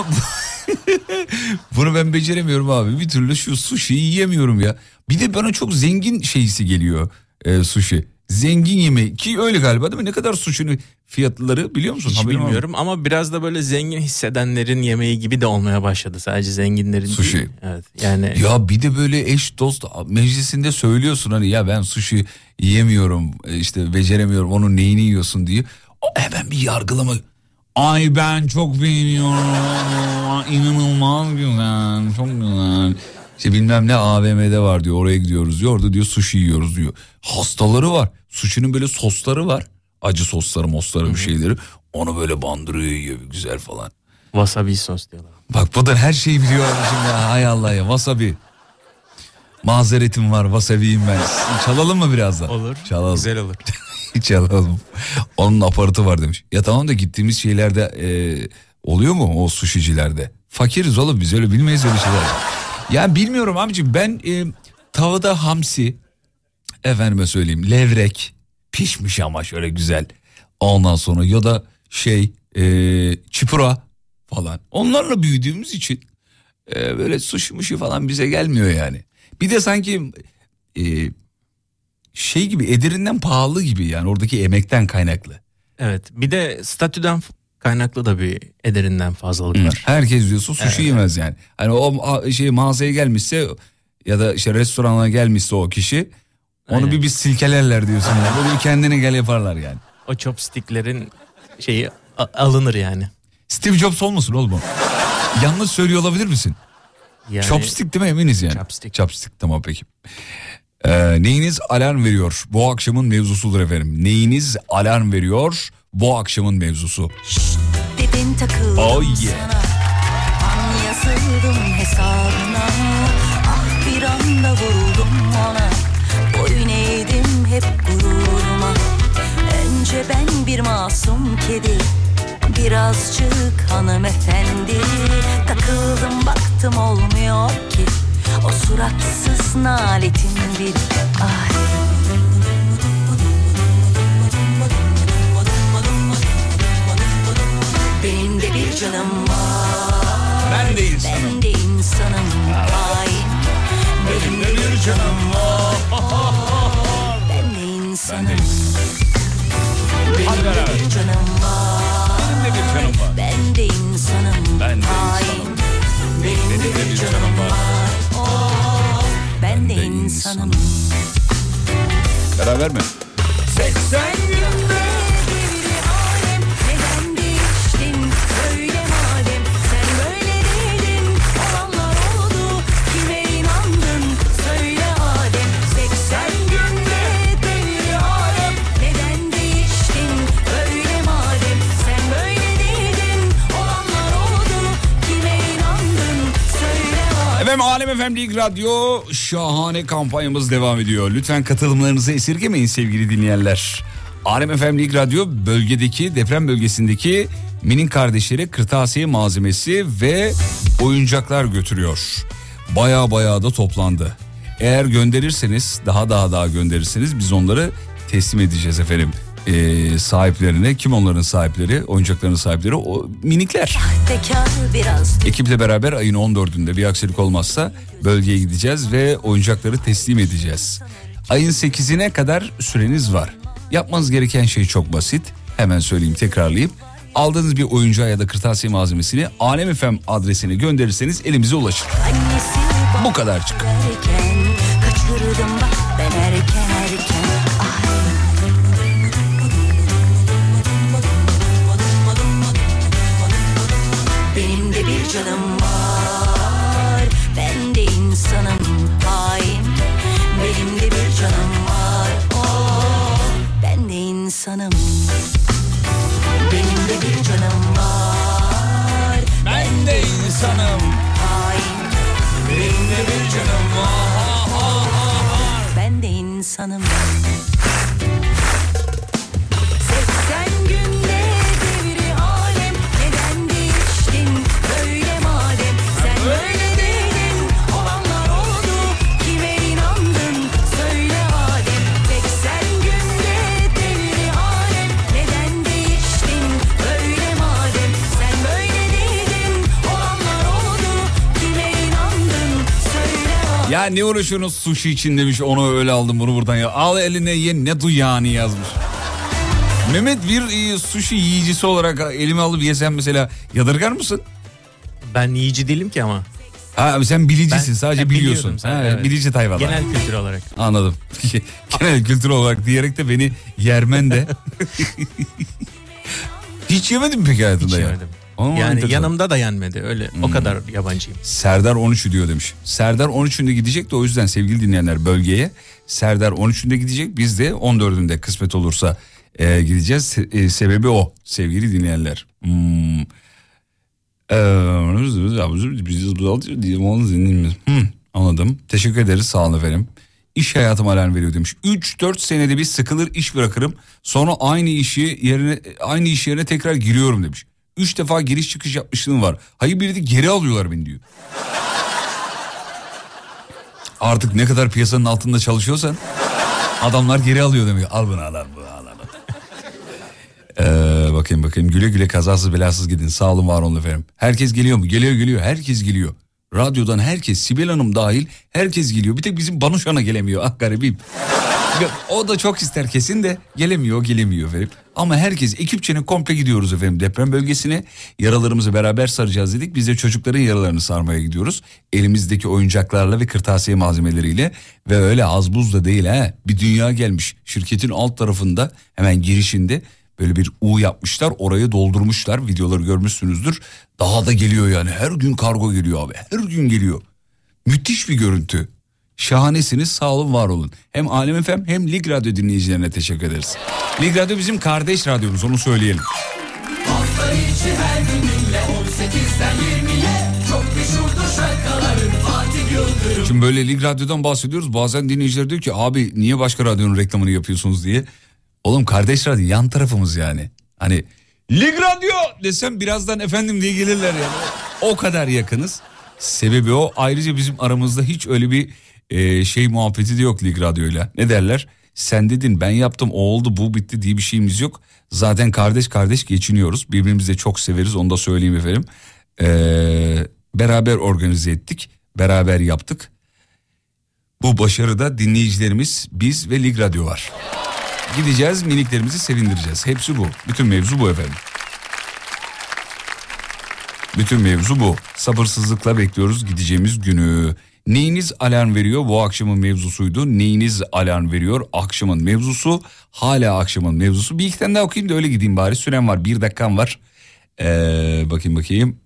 Bunu ben beceremiyorum abi. Bir türlü şu sushi'yi yiyemiyorum ya. Bir de bana çok zengin şeysi geliyor sushi. Zengin yemeği ki öyle galiba değil mi? Ne kadar sushi'nin fiyatları biliyor musun? Hiç bilmiyorum ama biraz da böyle zengin hissedenlerin yemeği gibi de olmaya başladı. Sadece zenginlerin sushi değil. Evet, yani. Ya bir de böyle eş dost meclisinde söylüyorsun hani, ya ben sushi yiyemiyorum, işte beceremiyorum, onun neyini yiyorsun diye. O hemen bir yargılama. Ay ben çok beğeniyorum. İnanılmaz güzel. Çok güzel. İşte bilmem ne AVM'de var diyor. Oraya gidiyoruz diyor. Orada diyor sushi yiyoruz diyor. Hastaları var. Sushi'nin böyle sosları var. Acı sosları, mosları, bir şeyleri. Onu böyle bandırıyor, yiyor güzel falan. Wasabi sos diyorlar. Bak bu da her şeyi biliyor abicim ya. Hay Allah ya, wasabi. Mazeretim var, wasabi'yim ben. Çalalım mı birazdan? Olur. Çalalım. Güzel olur. Çalalım. Onun aparatı var demiş. Ya tamam da gittiğimiz şeylerde oluyor mu o sushicilerde? Fakiriz oğlum biz, öyle bilmeyiz öyle şeyler. Ya bilmiyorum abicim, ben tavada hamsi, efendime söyleyeyim levrek pişmiş ama şöyle güzel. Ondan sonra ya da çipura falan. Onlarla büyüdüğümüz için böyle sushi falan bize gelmiyor yani. Bir de sanki gibi ederinden pahalı gibi, yani oradaki emekten kaynaklı. Evet, bir de statüden kaynaklı da bir ederinden fazlalık var. Herkes diyorsa sushi yemez yani. Hani o mağazaya gelmişse ya da işte restorana gelmişse o kişi, onu bir silkelerler diyorsun. Yani. Böyle bir kendine gel yaparlar yani. O chopsticklerin alınır yani. Steve Jobs olmasın oğlum o. Yanlış söylüyor olabilir misin? Yani, chopstick değil mi, eminiz yani? Chopstick tamam peki. Neyiniz alarm veriyor? Bu akşamın mevzusudur efendim. Neyiniz alarm veriyor? Bu akşamın mevzusu. Dedin takıldım oh yeah. Sana. An yazıldım hesabına. Ah bir anda vuruldum ona. Boyun eğdim hep gururuma. Önce ben bir masum kedi, birazcık hanımefendi. Takıldım baktım olmuyor ki. O suratsız naletin bir ay. Benim de bir canım var. Ben de insanım. Ben de insanım. Hain. Benim de bir canım var. Ben de insanım. Benim de bir canım var. Benim de bir canım var. Ben de insanım. Ben de hain. insanım. Benim de bir canım var. Oh, ben de insanım. Beraber mi? 80 günde devri alem. Neden değiştin böyle madem? Sen böyle değildin, olanlar oldu. Kime inandın söyle Adem. 80 günde devri alem. Neden değiştin böyle madem? Sen böyle değildin, olanlar oldu. Kime inandın söyle Adem. Efendim Alem FM Lig Radyo şahane kampanyamız devam ediyor. Lütfen katılımlarınızı esirgemeyin sevgili dinleyenler. Alem FM Lig Radyo bölgedeki deprem bölgesindeki Minin kardeşleri kırtasiye malzemesi ve oyuncaklar götürüyor. Baya da toplandı. Eğer gönderirseniz daha gönderirseniz biz onları teslim edeceğiz efendim. Sahiplerine. Kim onların sahipleri? Oyuncakların sahipleri o minikler. Bekar biraz. Ekiple beraber ayın 14'ünde bir aksilik olmazsa bölgeye gideceğiz ve oyuncakları teslim edeceğiz. Ayın 8'ine kadar süreniz var. Yapmanız gereken şey çok basit. Hemen söyleyeyim, tekrarlayayım. Aldığınız bir oyuncağı ya da kırtasiye malzemesini Alem FM adresine gönderirseniz elimize ulaşır. Bu kadarcık. Kaçırdım bak ben erken. Benim de bir canım var. Ben de insanım hain. Benim de bir canım var. Oh, ben de insanım. Benim de bir canım var. Ben de insanım. Hain. Benim de bir canım var. Ben de insanım. 80 günde devri alem. Neden değiştin böyle madem? Sen böyle değildin, olanlar oldu. Kime inandın söyle Adem. 80 günde devri alem. Neden değiştin böyle madem? Sen böyle değildin, olanlar oldu. Kime inandın söyle Adem. Ya ne uğraşıyorsunuz sushi için demiş, onu öyle aldım bunu buradan ya. Al eline ye ne du yani yazmış. Mehmet bir sushi yiyicisi olarak elime alıp yesem mesela yadırgar mısın? Ben yiyici değilim ki ama. Ha sen bilicisin, sadece biliyorsun. biliyorum sen, Ha, evet. Bilici tayfalar. Genel kültür olarak. Anladım. Genel kültür olarak diyerek de beni yermen de. Hiç yemedin mi peki hayatında Hiç ya? yemedim. Ama Yani enteresan. yanımda da yenmedi öyle. O kadar yabancıyım. Serdar 13'ü diyor demiş. Serdar 13'ünde gidecek de o yüzden sevgili dinleyenler bölgeye. Serdar 13'ünde gidecek, biz de 14'ünde kısmet olursa gideceğiz. Sebebi o sevgili dinleyenler. Anladım. Teşekkür ederiz, sağ olun efendim. İş hayatım alarm veriyor demiş. 3-4 senede bir sıkılır iş bırakırım. Sonra aynı iş yerine tekrar giriyorum demiş. 3 defa giriş çıkış yapmışlığım var. Hayır biri de geri alıyorlar beni diyor. Artık ne kadar piyasanın altında çalışıyorsan adamlar geri alıyor demek. Al bunu al bunu. Bakayım güle güle kazasız belasız gidin, sağ olun var olun efendim. Herkes geliyor mu? Geliyor, herkes geliyor. Radyodan herkes, Sibel Hanım dahil herkes geliyor. Bir tek bizim Banuşan'a gelemiyor, ah garibim. O da çok ister kesin de gelemiyor efendim. Ama herkes ekipçenin komple gidiyoruz efendim deprem bölgesine. Yaralarımızı beraber saracağız dedik. Biz de çocukların yaralarını sarmaya gidiyoruz. Elimizdeki oyuncaklarla ve kırtasiye malzemeleriyle. Ve öyle az buz da değil ha. Bir dünya gelmiş. Şirketin alt tarafında hemen girişinde böyle bir U yapmışlar. Orayı doldurmuşlar. Videoları görmüşsünüzdür. Daha da geliyor yani. Her gün kargo geliyor abi. Her gün geliyor. Müthiş bir görüntü. Şahanesiniz, sağ olun var olun. Hem Alem FM hem Lig Radyo dinleyicilerine teşekkür ederiz. Lig Radyo bizim kardeş radyomuz, onu söyleyelim. Hafta içi her gün dinle 18'den 20'ye. Çok meşhurdur şarkıların Fatih Yıldırım. Şimdi böyle Lig Radyo'dan bahsediyoruz. Bazen dinleyiciler diyor ki abi niye başka radyonun reklamını yapıyorsunuz diye. Oğlum kardeş radyo, yan tarafımız yani. Hani Lig Radyo desem birazdan efendim diye gelirler yani. O kadar yakınız. Sebebi o. Ayrıca bizim aramızda hiç öyle bir muhabbeti de yok Lig Radyo'yla. Ne derler? Sen dedin, ben yaptım, o oldu, bu bitti diye bir şeyimiz yok. Zaten kardeş geçiniyoruz. Birbirimizi de çok severiz, onu da söyleyeyim efendim. Beraber organize ettik. Beraber yaptık. Bu başarıda dinleyicilerimiz, biz ve Lig Radyo var. Gideceğiz, miniklerimizi sevindireceğiz. Hepsi bu. Bütün mevzu bu efendim. Bütün mevzu bu. Sabırsızlıkla bekliyoruz gideceğimiz günü. Neyiniz alarm veriyor? Bu akşamın mevzusuydu. Neyiniz alarm veriyor? Akşamın mevzusu. Hala akşamın mevzusu. Bir iki tane daha okuyayım da öyle gideyim bari. Sürem var. 1 dakikam var. Bakayım.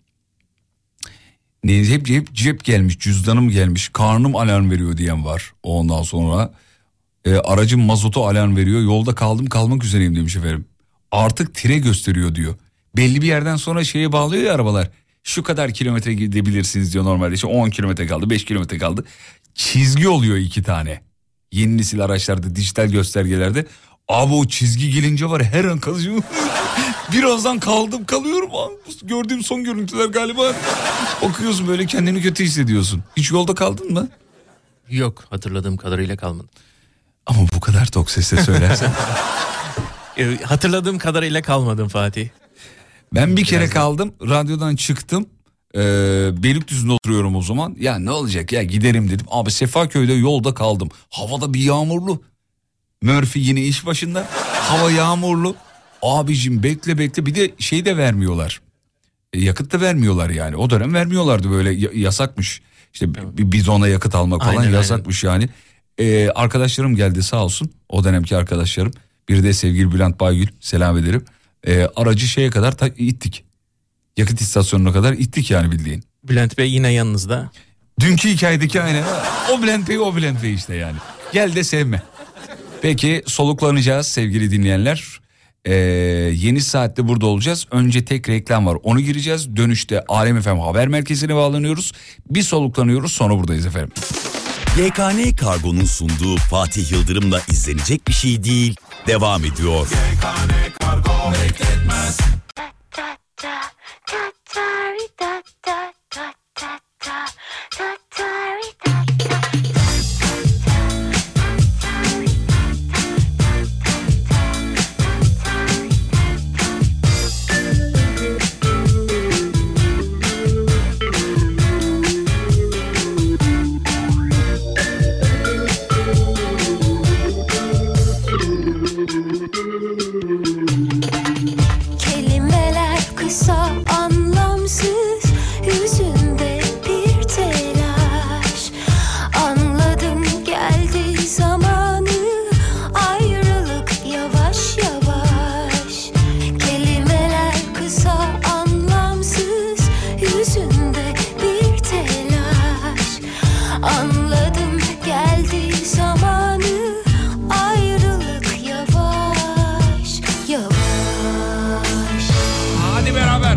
Hep cep gelmiş, cüzdanım gelmiş, karnım alarm veriyor diyen var. Ondan sonra aracım mazotu alarm veriyor. Yolda kalmak üzereyim demiş efendim. Artık tire gösteriyor diyor. Belli bir yerden sonra şeye bağlıyor ya arabalar. Şu kadar kilometre gidebilirsiniz diyor normalde. İşte 10 kilometre kaldı, 5 kilometre kaldı. Çizgi oluyor 2 tane. Yeni nesil araçlarda, dijital göstergelerde. Abi o çizgi gelince var her an kalıcı. Birazdan kalıyorum. Gördüğüm son görüntüler galiba. Okuyorsun böyle kendini kötü hissediyorsun. Hiç yolda kaldın mı? Yok, hatırladığım kadarıyla kalmadım. Ama bu kadar tok sesle söylersen. Hatırladığım kadarıyla kalmadım Fatih. Ben bir kere kaldım, radyodan çıktım. Beylikdüzü'nde oturuyorum o zaman. Ya ne olacak ya, giderim dedim. Abi Sefaköy'de yolda kaldım. Havada bir yağmurlu. Murphy yine iş başında. Hava yağmurlu. Abicim bekle bir de şey de vermiyorlar. Yakıt da vermiyorlar yani. O dönem vermiyorlardı, böyle yasakmış. İşte bir bidona yakıt almak falan yasakmış yani. Arkadaşlarım geldi sağ olsun. O dönemki arkadaşlarım. Bir de sevgili Bülent Baygül, selam ederim. Aracı şeye kadar ittik. Yakıt istasyonuna kadar ittik yani bildiğin. Bülent Bey yine yanınızda. Dünkü hikayedeki aynı. O Bülent Bey işte yani. Gel de sevme. Peki soluklanacağız sevgili dinleyenler. Yeni saatte burada olacağız. Önce tek reklam var, onu gireceğiz. Dönüşte Alem FM haber merkezine bağlanıyoruz. Bir soluklanıyoruz, sonra buradayız efendim. YKN Kargo'nun sunduğu Fatih Yıldırım'la izlenecek bir şey değil devam ediyor. YKN Kargo bekletmez. Kelimeler kısa anlamsız, yüzünde bir telaş. Anladım geldi zamanı, ayrılık yavaş yavaş. Kelimeler kısa anlamsız, yüzünde bir telaş. Anladım geldi zamanı, ayrılık yavaş yavaş. Hadi beraber.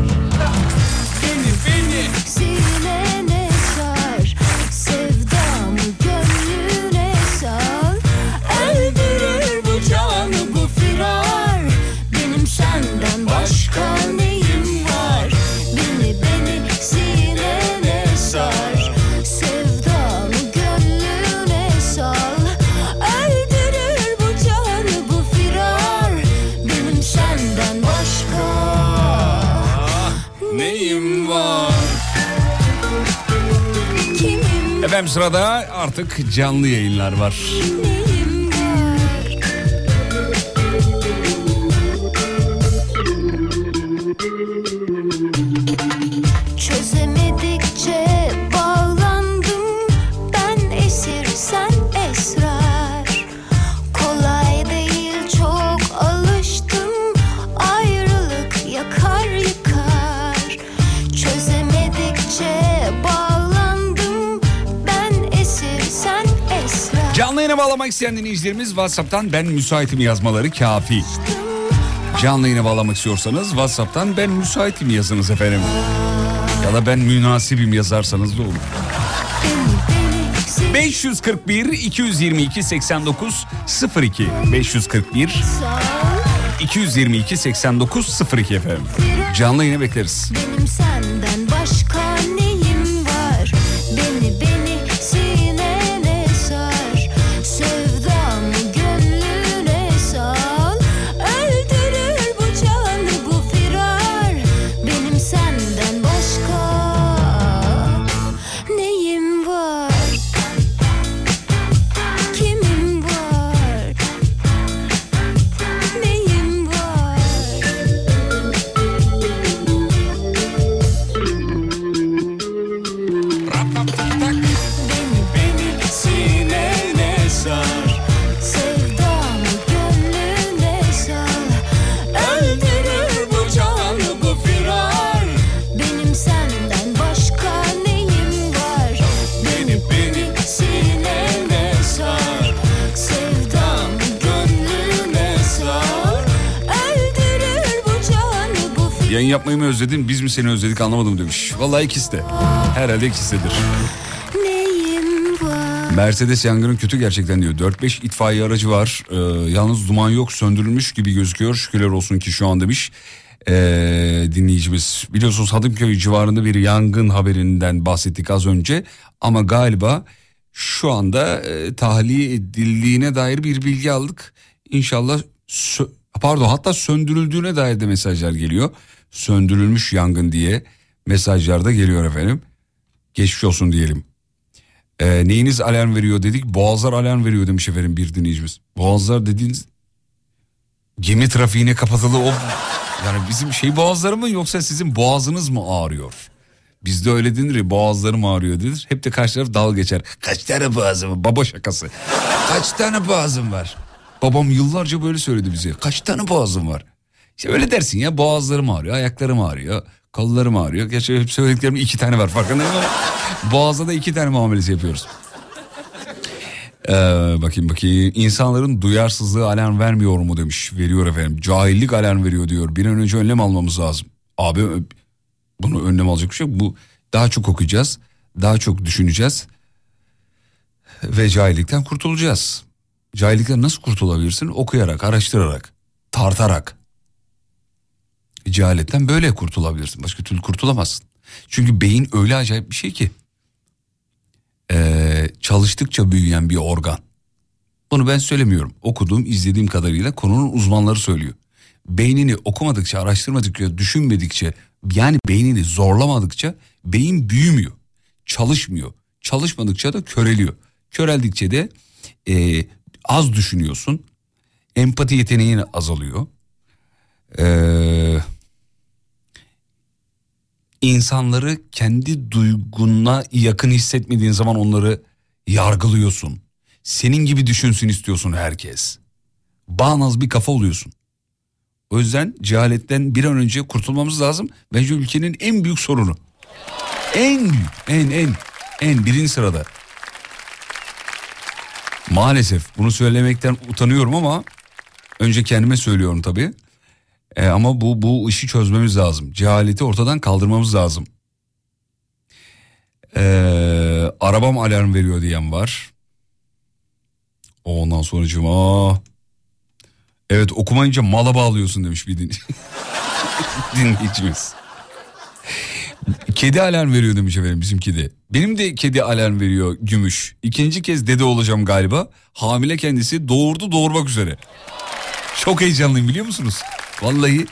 Beni sinene sar, sevdamı gönlüne sal. Öldürür bu canı bu firar, benim senden başka neyim var? Beni sinene sar, sevdamı gönlüne sal. Öldürür bu canı bu firar, benim senden başka Neyim var? kimim, Efendim sırada artık canlı yayınlar var. neyim var? Çözemedikçe bağlandım, ben esir sen esrar. Kolay değil çok alıştım, ayrılık yakar yıkar. Çözemedikçe bağlandım, ben esir sen esrar. Canlı yayına bağlamak isteyen dinleyicilerimiz WhatsApp'tan ben müsaitim yazmaları kafi. Canlı yayına bağlamak istiyorsanız WhatsApp'tan ben müsaitim yazınız efendim. Ya da ben münasibim yazarsanız da olur. 541 222 89 02 541 222 89 02 efendim. Canlı yayına bekleriz. Benim senden başka neyim var? Beni sinene sar, sevdamı gönlüne sal. Öldürür bu canı bu firar, benim senden başka neyim var? Kimim var? Neyim var? Yayın yapmayı mı özledin, biz mi seni özledik anlamadım demiş. Vallahi ikisi de. Herhalde ikisidir. Neyim var? Mercedes yangının kötü gerçekten diyor. 4-5 itfaiye aracı var. Yalnız duman yok, söndürülmüş gibi gözüküyor. Şükürler olsun ki şu an demiş. Dinleyicimiz. Biliyorsunuz Hadımköy civarında bir yangın haberinden bahsettik az önce. Ama galiba şu anda tahliye edildiğine dair bir bilgi aldık. İnşallah hatta söndürüldüğüne dair de mesajlar geliyor. Söndürülmüş yangın diye mesajlar da geliyor efendim. Geçmiş olsun diyelim. Neyiniz alarm veriyor dedik. Boğazlar alarm veriyor demiş efendim bir dinleyicimiz. Boğazlar dediğiniz gemi trafiğine kapatılı o... Yani bizim boğazları mı yoksa sizin boğazınız mı ağrıyor? Bizde öyle denir ya, boğazlarım ağrıyor denir. Hep de karşı taraf dalga geçer. Kaç tane boğazım var? Baba şakası. Kaç tane boğazım var? Babam yıllarca böyle söyledi bize. Kaç tane boğazım var? İşte öyle dersin ya, boğazlarım ağrıyor, ayaklarım ağrıyor, kollarım ağrıyor. Gerçi hep söylediklerimin 2 tane var farkındayım ama boğazda da 2 tane muamelesi yapıyoruz. Bakayım. İnsanların duyarsızlığı alarm vermiyor mu demiş. Veriyor efendim. Cahillik alarm veriyor diyor. Bir an önce önlem almamız lazım. Abi bunu önlem alacak bir şey yok. Bu daha çok okuyacağız. Daha çok düşüneceğiz. Ve cahillikten kurtulacağız. Cahillikten nasıl kurtulabilirsin? Okuyarak, araştırarak, tartarak. Cehaletten böyle kurtulabilirsin. Başka türlü kurtulamazsın. Çünkü beyin öyle acayip bir şey ki. Çalıştıkça büyüyen bir organ. Bunu ben söylemiyorum. Okuduğum, izlediğim kadarıyla konunun uzmanları söylüyor. Beynini okumadıkça, araştırmadıkça, düşünmedikçe, yani beynini zorlamadıkça beyin büyümüyor. Çalışmıyor. Çalışmadıkça da köreliyor. Köreldikçe de az düşünüyorsun. Empati yeteneğin azalıyor. İnsanları kendi duyguna yakın hissetmediğin zaman onları yargılıyorsun. Senin gibi düşünsün istiyorsun herkes. Bağnaz bir kafa oluyorsun. O yüzden cehaletten bir an önce kurtulmamız lazım. Bence ülkenin en büyük sorunu. En büyük, en birinci sırada. Maalesef bunu söylemekten utanıyorum ama önce kendime söylüyorum tabii. Ama bu işi çözmemiz lazım. Cehaleti ortadan kaldırmamız lazım. Arabam alarm veriyor diyen var. Ondan sonracığıma evet, okumayınca mala bağlıyorsun demiş bir dinleyicimiz. Kedi alarm veriyor demiş efendim bizim kedi. Benim de kedi alarm veriyor Gümüş. 2. kez dede olacağım galiba. Hamile kendisi, doğurmak üzere. Çok heyecanlıyım biliyor musunuz? Vallahi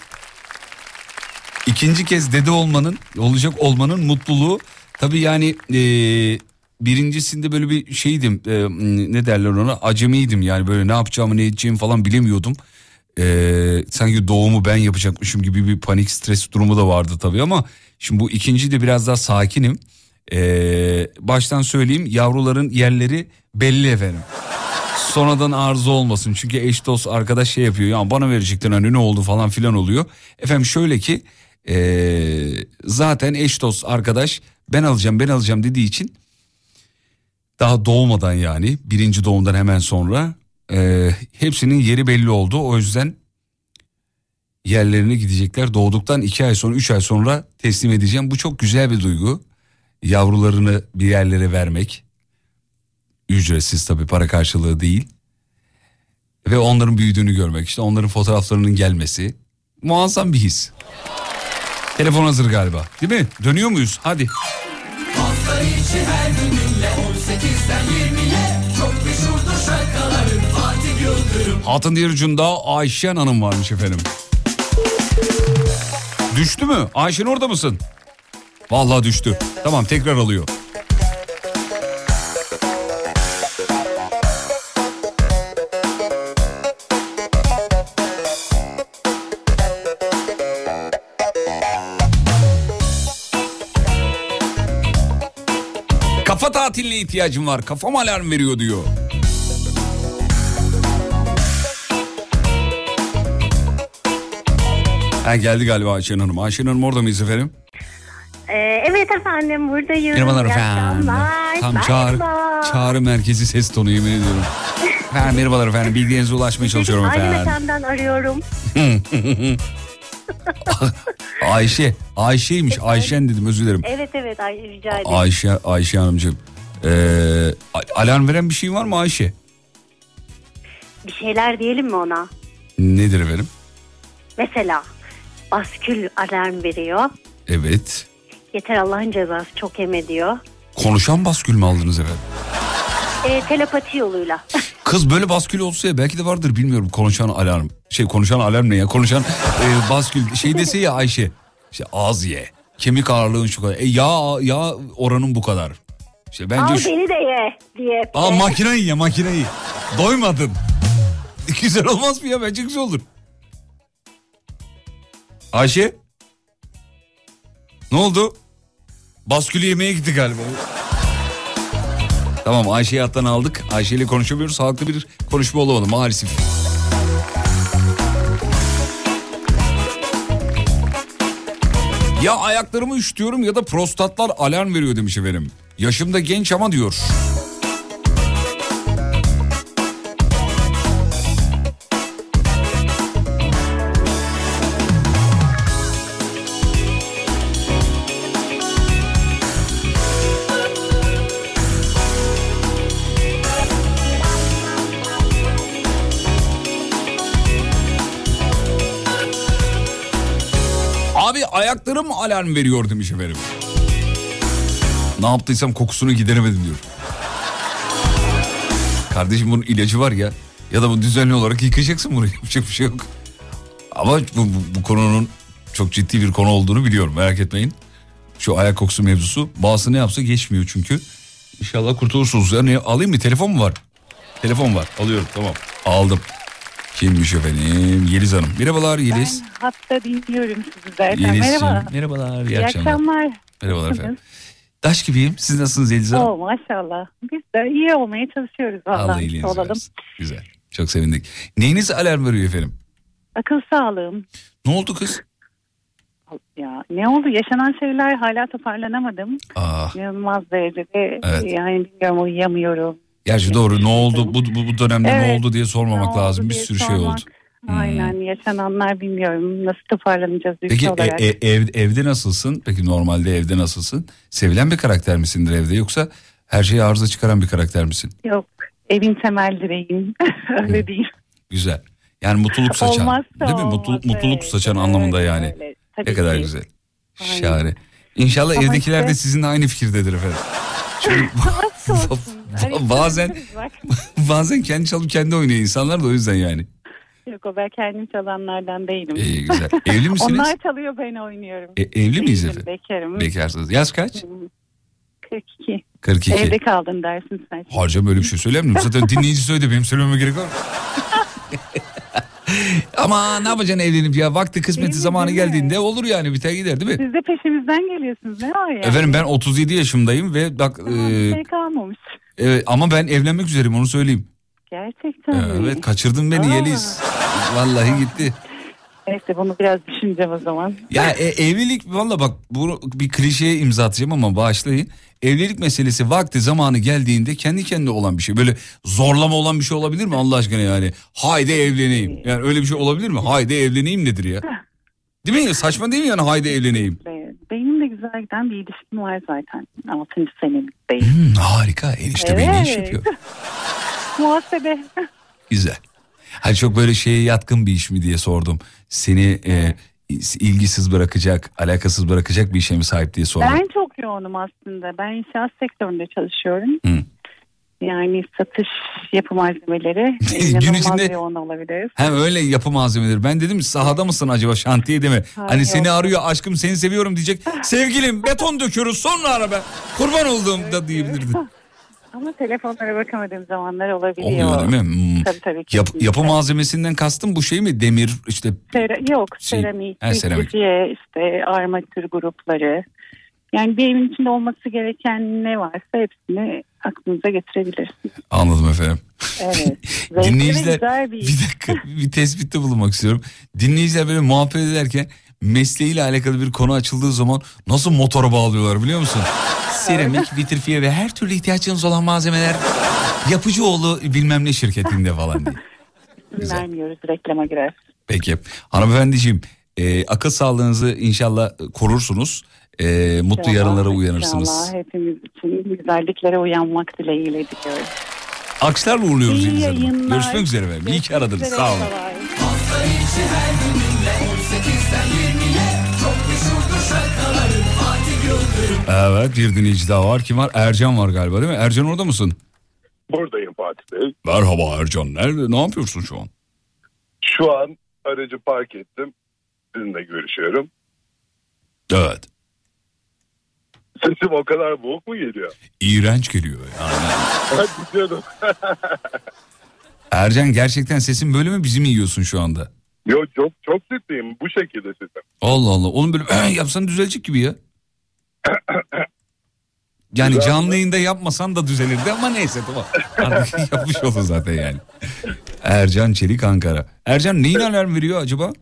2. kez dede olacak olmanın mutluluğu. Tabii yani birincisinde böyle bir şeydim, ne derler ona, acemiydim yani, böyle ne yapacağımı ne edeceğimi falan bilemiyordum. Sanki doğumu ben yapacakmışım gibi bir panik stres durumu da vardı tabii ama şimdi bu ikinci de biraz daha sakinim. Baştan söyleyeyim, yavruların yerleri belli efendim. Sonradan arıza olmasın çünkü eş dost arkadaş şey yapıyor ya, bana verecektin hani ne oldu falan filan oluyor. Efendim şöyle ki zaten eş dost arkadaş ben alacağım dediği için daha doğmadan, yani birinci doğumdan hemen sonra hepsinin yeri belli oldu. O yüzden yerlerine gidecekler, doğduktan 2 ay sonra 3 ay sonra teslim edeceğim. Bu çok güzel bir duygu, yavrularını bir yerlere vermek. Ücretsiz tabii, para karşılığı değil. Ve onların büyüdüğünü görmek, işte onların fotoğraflarının gelmesi muazzam bir his. Telefon hazır galiba değil mi? Dönüyor muyuz? Hadi. Hafta içi her gününle 18'den 20'ye çok meşhurdur şarkıların Fatih Yıldırım. Hatın diğer ucunda Ayşen Hanım varmış efendim. Düştü mü? Ayşen orada mısın? Vallahi düştü. Tamam, tekrar alıyor. Kafa tatiline ihtiyacım var. Kafam alarm veriyor diyor. Geldi galiba Ayşen Hanım. Ayşen Hanım orada mıyız efendim? Evet efendim, buradayım. Merhabalar efendim. Tam çağrı merkezi ses tonu, yemin ediyorum. Merhabalar efendim, bilgilerinize ulaşmaya çalışıyorum efendim. Ailem FM'den arıyorum. Ayşe'ymiş. Ayşen dedim, özür dilerim. Evet rica ederim. Ayşe Hanımcığım. Alarm veren bir şey var mı Ayşe? Bir şeyler diyelim mi ona? Nedir efendim? Mesela baskül alarm veriyor. Evet. Yeter Allah'ın cezası çok yeme diyor. Konuşan baskül mü aldınız efendim? Telepati yoluyla. Kız böyle baskül olsa ya, belki de vardır bilmiyorum, konuşan alarm. Konuşan alarm ne ya? Konuşan baskül dese ya Ayşe. İşte az ye. Kemik ağırlığın şu kadar. Yağ oranın bu kadar. Bence al beni de ye diye. Makineyi. Doymadın. Güzel olmaz mı ya? Bence güzel olur. Ayşe? Ne oldu? Baskülü yemeye gitti galiba. Tamam, Ayşe'yi hattan aldık. Ayşe ile konuşamıyoruz. Sağlıklı bir konuşma olamadı maalesef. Ya ayaklarımı üşütüyorum ya da prostatlar alarm veriyor demiş efendim. Yaşım da genç ama diyor. Abi ayaklarım alarm veriyor demiş efendim. Ne yaptıysam kokusunu gideremedim diyor. Kardeşim bunun ilacı var ya. Ya da bu düzenli olarak yıkayacaksın bunu. Yapacak bir şey yok. Ama bu konunun çok ciddi bir konu olduğunu biliyorum. Merak etmeyin. Şu ayak kokusu mevzusu. Bazısı ne yapsa geçmiyor çünkü. İnşallah kurtulursunuz. Ya ne, alayım mı? Telefon mu var? Telefon var. Alıyorum, tamam. Aldım. Kimmiş efendim? Yeliz Hanım. Merhabalar Yeliz. Ben hatta dinliyorum sizi zaten. Merhaba. Merhabalar. İyi akşamlar. Merhabalar efendim. Taş gibiyim. Siz nasılsınız Yeliz Hanım? Maşallah. Biz de iyi olmaya çalışıyoruz. Allah iyiliğinizi versin. Güzel. Çok sevindik. Neyiniz alarm veriyor efendim? Akıl sağlığım. Ne oldu kız? Ya ne oldu? Yaşanan şeyler, hala toparlanamadım. İnanılmaz derecede. Evet. Yani bilmiyorum, uyuyamıyorum. Gerçi doğru, ne oldu bu dönemde, evet, ne oldu diye sormamak lazım. Bir sürü şey oldu. Aynen, yaşananlar bilmiyorum. Nasıl toparlanacağız ülke Peki olarak. evde nasılsın? Peki normalde evde nasılsın? Sevilen bir karakter misindir evde, yoksa her şeyi arıza çıkaran bir karakter misin? Yok, evin temel direğim. Öyle değil. Güzel. Yani mutluluk saçan. Olmazsa değil mi? olmaz, Mutluluk saçan anlamında yani. öyle. Ne kadar ki. güzel. Aynen. Şahane. İnşallah Ama evdekiler de işte- sizinle aynı fikirdedir efendim. Çünkü bazen kendi çalıp kendi oynuyor insanlar da, o yüzden yani. Yok, o ben kendim çalanlardan değilim. İyi, güzel. Evli misiniz? Onlar çalıyor, ben oynuyorum. Evli miyiz Değilim, efendim? Bekarım. Bekarsınız. Yaş kaç? 42. 42. Evde kaldın dersin sen. Harcam böyle bir şey söylemiyorum. Zaten dinleyici söyledi, benim söylememe gerek var mı? Ama ne yapacaksın evlenip ya? Vakti kısmeti Değil mi, zamanı değil mi? geldiğinde olur yani, biter gider değil mi? Siz de peşimizden geliyorsunuz, ne var ya? Efendim ben 37 yaşındayım ve bak Bir şey kalmamış. evet, ama ben evlenmek üzereyim, onu söyleyeyim. Gerçekten mi? Evet, kaçırdın beni Yeliz. Vallahi gitti. Neyse, bunu biraz düşüneceğim o zaman. Ya evlilik, valla bak, bunu bir klişeye imza atacağım ama bağışlayın. Evlilik meselesi vakti zamanı geldiğinde kendi kendine olan bir şey. Böyle zorlama olan bir şey olabilir mi Allah aşkına yani? Haydi evleneyim. Yani öyle bir şey olabilir mi? Haydi evleneyim nedir ya? Değil mi? Saçma değil mi yani haydi evleneyim? Benim de güzel giden bir ilişkim var zaten. 6. senemizdeyim. Harika. Enişte bey ne iş yapıyor? Muhasebe. Güzel. Hani çok böyle şeye yatkın bir iş mi diye sordum. Seni ilgisiz bırakacak, alakasız bırakacak bir işe mi sahip diye sordum. Ben çok yoğunum aslında. Ben inşaat sektöründe çalışıyorum. Yani satış, yapı malzemeleri Gün inanılmaz içinde yoğun olabilir. hem öyle yapı malzemeleri. Ben dedim sahada mısın acaba, şantiyede mi? Hani yok. seni arıyor, aşkım seni seviyorum diyecek. Sevgilim beton döküyoruz sonra ara be. Kurban olduğum da diyebilirdin. Ama telefonlara bakamadığım zamanlar olabiliyor. Olmuyor değil mi? Tabii. Yapı malzemesinden kastım bu şey mi? Demir işte. Yok, seramik, seramik. işte armatür grupları. Yani bir evin içinde olması gereken ne varsa hepsini aklınıza getirebilirsiniz. Anladım efendim. Evet. Dinleyiciler bir dakika bir tespitte bulunmak istiyorum. Dinleyiciler böyle muhabbet ederken mesleğiyle alakalı bir konu açıldığı zaman nasıl motora bağlıyorlar biliyor musun? Seramik, vitrifiye ve her türlü ihtiyacınız olan malzemeler Yapıcıoğlu bilmem ne şirketinde falan diye. Vermiyoruz, reklama girer. Peki hanımefendiciğim, Akıl sağlığınızı inşallah korursunuz. Mutlu yarınlara uyanırsınız. İnşallah hepimiz için güzelliklere uyanmak dileğiyle diliyorum. Alkışlarla uğurluyoruz İyi Yeliz Hanım. yayınlar. Görüşmek üzere efendim. İyi ki aradınız. Sağ olun. Hafta içi her gününle 18'den 20'ye çok meşhurdur şarkıların Fatih Yıldırım. Evet, bir dinleyici daha var. Kim var? Ercan var galiba, değil mi? Ercan orada mısın? Buradayım Fatih Bey. Merhaba Ercan. Nerede? Ne yapıyorsun şu an? Şu an aracı park ettim. Sizinle görüşüyorum. Evet. Sesim o kadar boğuk mu geliyor? İğrenç geliyor yani. Hadi canım. Ercan, gerçekten sesin böyle mi? Bizi mi yiyorsun şu anda? Yok, çok ciddiyim. Bu şekilde sesim. Allah Allah. Onun böyle yapsan düzelecek gibi ya. Yani Güzel canlı mi? yayında yapmasan da düzelirdi ama neyse, tamam. Artık yapmış oldun zaten yani. Ercan Çelik, Ankara. Ercan neyin alarm veriyor acaba?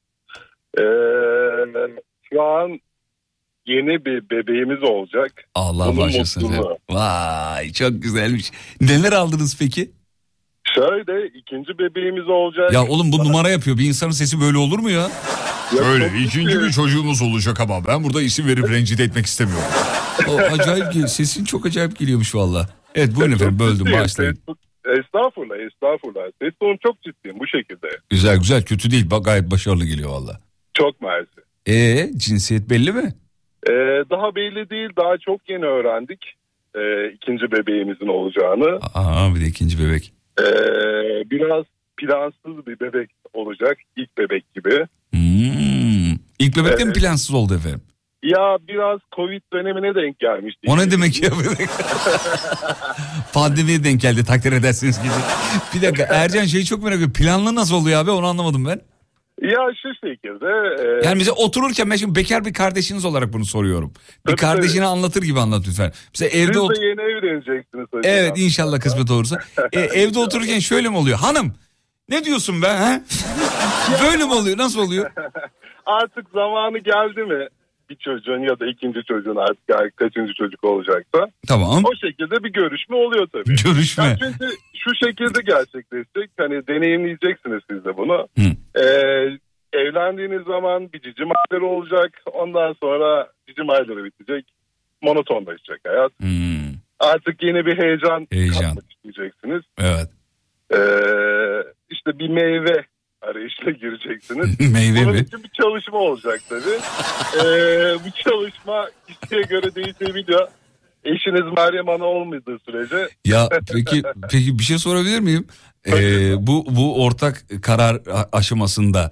Şu an yeni bir bebeğimiz olacak. Allah Bunun başlasın efendim. mutluluğu. Vay, çok güzelmiş. Neler aldınız peki? Şöyle, ikinci bebeğimiz olacak. Ya oğlum, bu numara yapıyor. Bir insanın sesi böyle olur mu ya? Ya Böyle çok ikinci ciddiyim. bir çocuğumuz olacak ama ben burada isim verip rencide etmek istemiyorum. O acayip, sesin çok acayip geliyormuş valla. Evet, buyurun efendim, böldüm, Ciddiyim. başlayın. Estağfurullah. Ses tonu çok ciddiyim bu şekilde. Güzel, kötü değil, bak gayet başarılı geliyor valla. Çok mersi. Cinsiyet belli mi? Daha belli değil. Daha çok yeni öğrendik. İkinci bebeğimizin olacağını. Bir de ikinci bebek. Biraz plansız bir bebek olacak. İlk bebek gibi. İlk bebek de mi plansız oldu efendim? Ya biraz Covid dönemine denk gelmişti. O ne demek ya bebek? Pandemiye denk geldi, takdir edersiniz gibi. Bir dakika, Ercan çok merak ediyorum. Planlı nasıl oluyor abi, onu anlamadım ben. Ya şu şekilde. Yani mesela otururken, ben şimdi bekar bir kardeşiniz olarak bunu soruyorum. Bir kardeşine anlatır gibi anlat lütfen. Mesela evde siz de yeni evleneceksiniz hocam. Evet, inşallah kısmet olursa. Evde otururken şöyle mi oluyor? Hanım, ne diyorsun be? He? Böyle mi oluyor? Nasıl oluyor? Artık zamanı geldi mi? Bir çocuğun ya da ikinci çocuğun artık kaçıncı çocuk olacaksa. Tamam. O şekilde bir görüşme oluyor tabii. Görüşme. Ya çünkü şu şekilde gerçekleşecek. Hani deneyimleyeceksiniz siz de bunu. Evlendiğiniz zaman bir cicim ayları olacak. Ondan sonra cicim ayları bitecek. Monotonlaşacak hayat. Artık yeni bir heyecan katmak isteyeceksiniz. Evet. İşte bir meyve arayışına gireceksiniz. Meyve Bunun mi? için bir çalışma olacak tabii. Bu çalışma kişiye göre değişebiliyor. Eşiniz Meryem Ana olmadığı sürece. Ya peki bir şey sorabilir miyim? Bu ortak karar aşamasında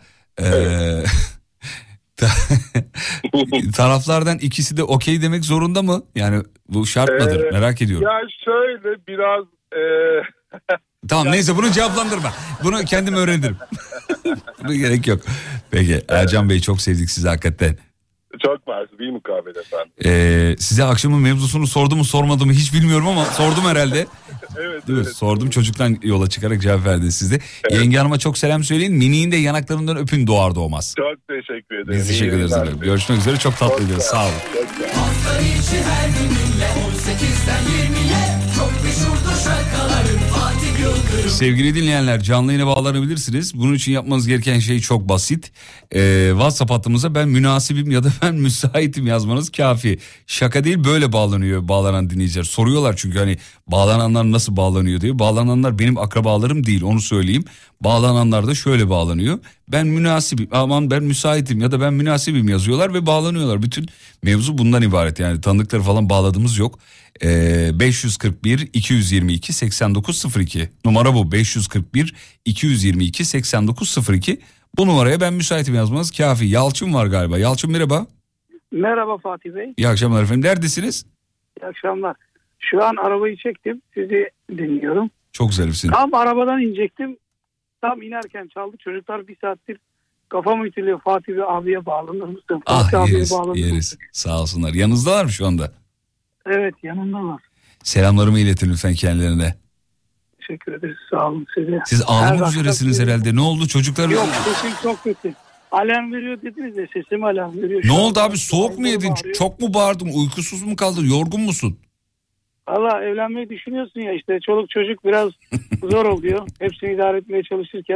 taraflardan ikisi de okey demek zorunda mı? Yani bu şart mıdır? Merak ediyorum. Ya şöyle biraz... Tamam, neyse, bunu cevaplandırma. Bunu kendim öğrenirim. Buna gerek yok. Peki Ercan Bey, çok sevdik sizi hakikaten. Çok mersi, bir mukabele efendim. Size akşamın mevzusunu sordu mu sormadı mı hiç bilmiyorum ama sordum herhalde. Evet. Değil mi? Sordum, çocuktan yola çıkarak cevap verdiniz siz de. Evet. Yenge Hanım'a çok selam söyleyin. Mini'nin de yanaklarından öpün doğar doğmaz. Çok teşekkür ederim. Biz teşekkür ederiz efendim. Görüşmek üzere, çok tatlıydı. Sağ olun. Hafta içi her gününle 18'den 20'ye çok meşhurdur şarkıların Fatih Yıldırım. Sevgili dinleyenler, canlı yayına bağlanabilirsiniz. Bunun için yapmanız gereken şey çok basit. WhatsApp hattımıza ben münasibim ya da ben müsaitim yazmanız kafi. Şaka değil, böyle bağlanıyor bağlanan dinleyiciler. Soruyorlar çünkü hani bağlananlar nasıl bağlanıyor diye. Bağlananlar benim akrabalarım değil, onu söyleyeyim. Bağlananlar da şöyle bağlanıyor. Ben münasibim, aman ben müsaitim ya da ben münasibim yazıyorlar ve bağlanıyorlar. Bütün mevzu bundan ibaret, yani tanıdıkları falan bağladığımız yok. 541 222 8902 numara bu, 541 222 8902. Bu numaraya ben müsaitim yazmanız kafi. Yalçın var galiba. Yalçın, merhaba. Merhaba Fatih Bey. İyi akşamlar efendim. Neredesiniz? İyi akşamlar. Şu an arabayı çektim. Sizi dinliyorum. Çok zarifsin. Tam arabadan inecektim. Tam inerken çaldı. Çocuklar bir saattir kafamı ütülüyor. Fatih Bey abiye bağlanır mısın? Fatih abiye bağlanır yeriz. mısın? Sağ olsunlar. Yanınızdalar mı şu anda? Evet, yanımdalar. Selamlarımı iletin lütfen kendilerine. Teşekkür ederiz. Sağ olun size. Siz ağlamak üzeresiniz herhalde. Ne oldu çocuklar? Yok, sesim çok kötü. Alarm veriyor dediniz de sesim alarm veriyor. Ne oldu abi, soğuk mu yedin? Çok mu bağırdın? Uykusuz mu kaldın? Yorgun musun? Valla evlenmeyi düşünüyorsun ya, işte çoluk çocuk biraz zor oluyor. Hepsini idare etmeye çalışırken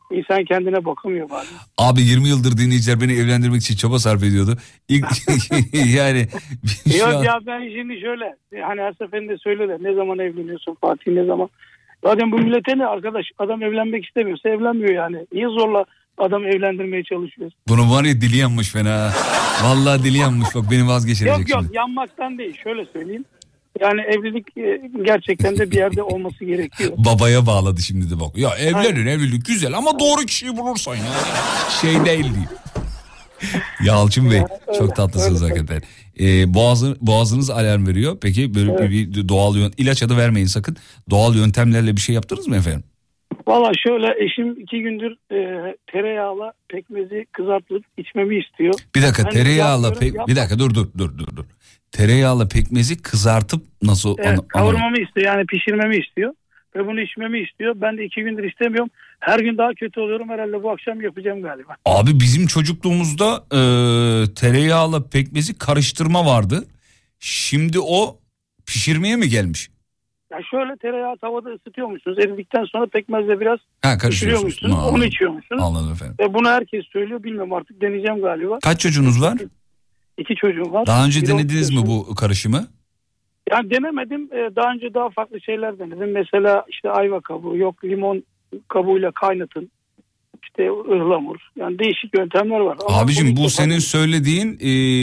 İnsan kendine bakamıyor bazen. Abi 20 yıldır dinleyiciler beni evlendirmek için çaba sarf ediyordu. İlk yani Yok ya ben şimdi şöyle hani her seferinde söylüyorlar ne zaman evleniyorsun Fatih ne zaman. Zaten bu millete ne arkadaş adam evlenmek istemiyorsa evlenmiyor yani. Niye zorla adam evlendirmeye çalışıyoruz? Bunun var ya dili yanmış fena. Vallahi dili yanmış bak beni vazgeçirecek yok şimdi. Yok yanmaktan değil şöyle söyleyeyim. Yani evlilik gerçekten de bir yerde olması gerekiyor. Babaya bağladı şimdi de bak. Ya evlenin evlilik güzel ama doğru kişiyi bulursan ya. Şey değil diye. Yalçın Bey çok tatlısınız hakikaten. Boğazınız alarm veriyor. Peki böyle bir doğal ilaç adı vermeyin sakın. Doğal yöntemlerle bir şey yaptınız mı efendim? Valla şöyle eşim 2 gündür tereyağla pekmezi kızartıp içmemi istiyor. Bir dakika tereyağla bir dakika dur. Tereyağla pekmezi kızartıp nasıl? Evet, kavurmamı istiyor yani pişirmemi istiyor. Ve bunu içmemi istiyor. Ben de 2 gündür istemiyorum. Her gün daha kötü oluyorum. Herhalde bu akşam yapacağım galiba. Abi bizim çocukluğumuzda tereyağla pekmezi karıştırma vardı. Şimdi o pişirmeye mi gelmiş? Ya şöyle tereyağı tavada ısıtıyormuşsunuz. Eridikten sonra pekmezle biraz pişiriyormuşsunuz. Onu içiyormuşsunuz. Anladım efendim. Ve bunu herkes söylüyor. Bilmiyorum artık deneyeceğim galiba. Kaç çocuğunuz var? 2 çocuğum var. Daha önce denediniz mi bu karışımı? Yani denemedim. Daha önce daha farklı şeyler denedim. Mesela işte ayva kabuğu, yok limon kabuğuyla kaynatın. İşte ıhlamur. Yani değişik yöntemler var. Ama abicim bu senin söylediğin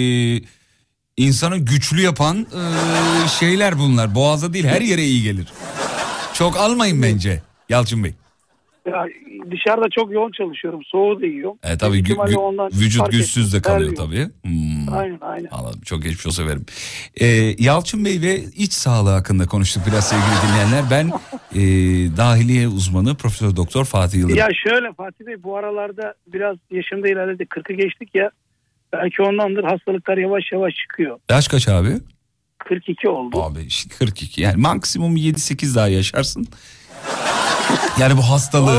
insanı güçlü yapan şeyler bunlar. Boğaza değil her yere iyi gelir. Çok almayın bence Yalçın Bey. Ya dışarıda çok yoğun çalışıyorum. Soğuğu da yiyorum. Tabii vücut güçsüz de kalıyor tabii. Aynen. Anladım. Çok geçmiş severim. Yalçın Bey ve iç sağlığı hakkında konuştuk biraz sevgili dinleyenler. Ben dahiliye uzmanı Profesör Doktor Fatih Yıldırım. Ya şöyle Fatih Bey bu aralarda biraz yaşımda ilerledi. 40'ı geçtik ya. Belki ondandır hastalıklar yavaş yavaş çıkıyor. Yaş kaç abi? 42 oldu. Abi işte 42 yani maksimum 7-8 daha yaşarsın. Yani bu hastalığı.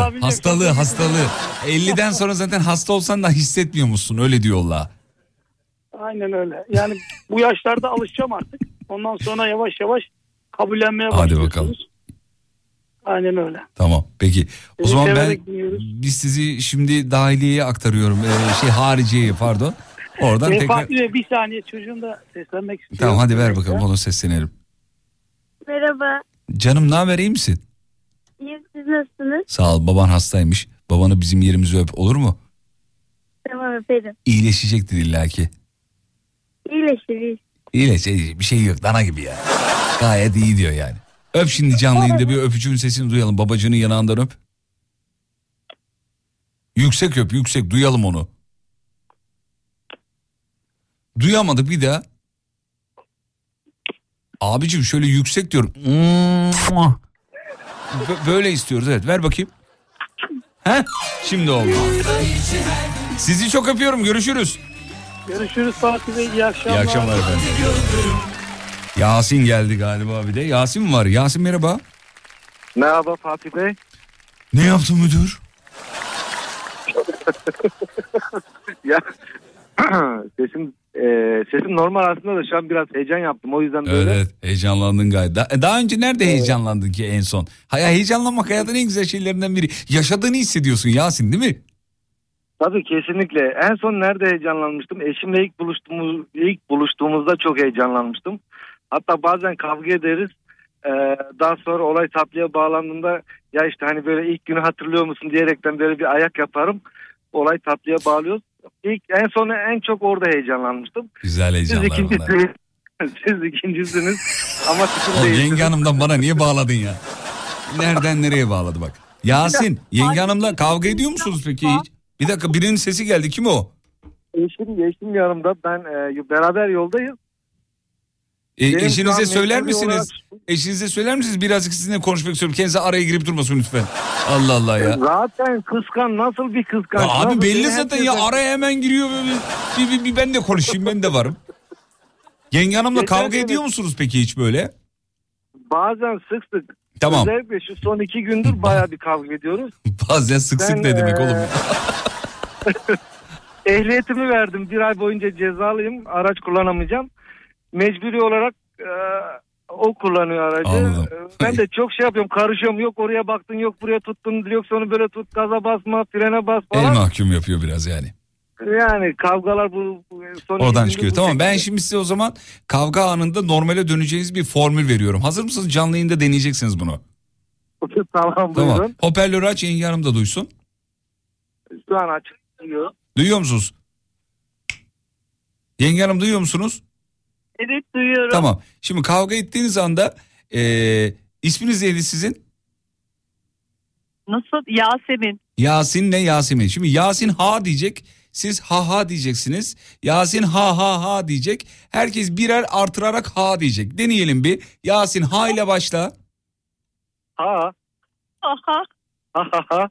50'den sonra zaten hasta olsan da hissetmiyor musun? Öyle diyorlar. Aynen öyle. Yani bu yaşlarda alışacağım artık. Ondan sonra yavaş yavaş kabullenmeye başlıyorsunuz. Hadi bakalım. Aynen öyle. Tamam peki. O zaman biz sizi şimdi dahiliyeye aktarıyorum. Hariciye pardon. Oradan tekrar. Fatih Bey bir saniye çocuğum da seslenmek istiyor. Tamam hadi ver bakalım onu seslenelim. Merhaba. Canım ne haber iyi misin? İyiyim siz nasılsınız? Sağ ol baban hastaymış. Babanı bizim yerimize öp olur mu? Tamam öperim. İyileşecektir illaki. İyileşir bir şey yok dana gibi ya. Gayet iyi diyor yani. Öp şimdi canlı yayında bir öpücüğün sesini duyalım. Babacığının yanağından öp. Yüksek öp yüksek duyalım onu. Duyamadık bir daha. Abicim şöyle yüksek diyorum. Böyle istiyoruz evet ver bakayım. Şimdi oldu. Sizi çok öpüyorum görüşürüz. Görüşürüz Fatih Bey iyi akşamlar. İyi akşamlar efendim. Yasin geldi galiba bir de. Yasin mi var? Yasin merhaba. Merhaba Fatih Bey. Ne yaptın müdür? Ya sesim normal aslında da şu an biraz heyecan yaptım o yüzden böyle. Evet heyecanlandın gayet. Daha önce nerede heyecanlandın ki en son? Heyecanlanmak hayatın en güzel şeylerinden biri. Yaşadığını hissediyorsun Yasin değil mi? Tabii kesinlikle. En son nerede heyecanlanmıştım? Eşimle ilk buluştuğumuzda çok heyecanlanmıştım. Hatta bazen kavga ederiz. Daha sonra olay tatlıya bağlandığında ya işte hani böyle ilk günü hatırlıyor musun diyerekten böyle bir ayak yaparım. Olay tatlıya bağlıyoruz. En son en çok orada heyecanlanmıştım. Güzel heyecanlar bunlar. Siz ikincisiniz. Ama yenge hanımdan bana niye bağladın ya? Nereden nereye bağladı bak. Yasin yenge hanımla kavga ediyor musunuz peki hiç? Bir dakika birinin sesi geldi kim o? Eşim yanımda ben beraber yoldayız. Eşinize söyler misiniz? Eşinize söyler misiniz? Birazcık sizinle konuşmak istiyorum. Kendinize araya girip durmasın lütfen. Allah Allah ya. Zaten kıskan nasıl bir kıskanç? Abi belli zaten ya araya hemen giriyor böyle. Bir ben de konuşayım ben de varım. Yenge hanımla kavga ediyor musunuz peki hiç böyle? Bazen sık sık. Tamam. Özellikle şu son 2 gündür bayağı bir kavga ediyoruz. Bazen sık sık ne demek oğlum? Ehliyetimi verdim. 1 ay boyunca cezalıyım. Araç kullanamayacağım. Mecburi olarak O kullanıyor aracı. Anladım. Ben de çok şey yapıyorum, karışıyorum. Yok oraya baktın, yok buraya tuttun, direksiyonu böyle tut, gaza basma, frene bas falan. El mahkum yapıyor biraz yani. Yani kavgalar bu son Oradan iki çıkıyor. günde bu Tamam, ben şekilde. şimdi size o zaman kavga anında normale döneceğiniz bir formül veriyorum. Hazır mısınız? Canlı yayında deneyeceksiniz bunu. Tamam, buyurun. Tamam. Hoparlörü aç, Yenge Hanım da duysun. Şu an açık diyor. Duyuyor musunuz? Yenge Hanım duyuyor musunuz? Evet, duyuyorum. Tamam. Şimdi kavga ettiğiniz anda isminiz neydi sizin? Nasıl? Yasemin. Yasin ne Yasemin? Şimdi Yasin ha diyecek. Siz ha ha diyeceksiniz. Yasin ha ha ha diyecek. Herkes birer artırarak ha diyecek. Deneyelim bir. Yasin ha ile başla. Ha. Aha. Ha ha ha.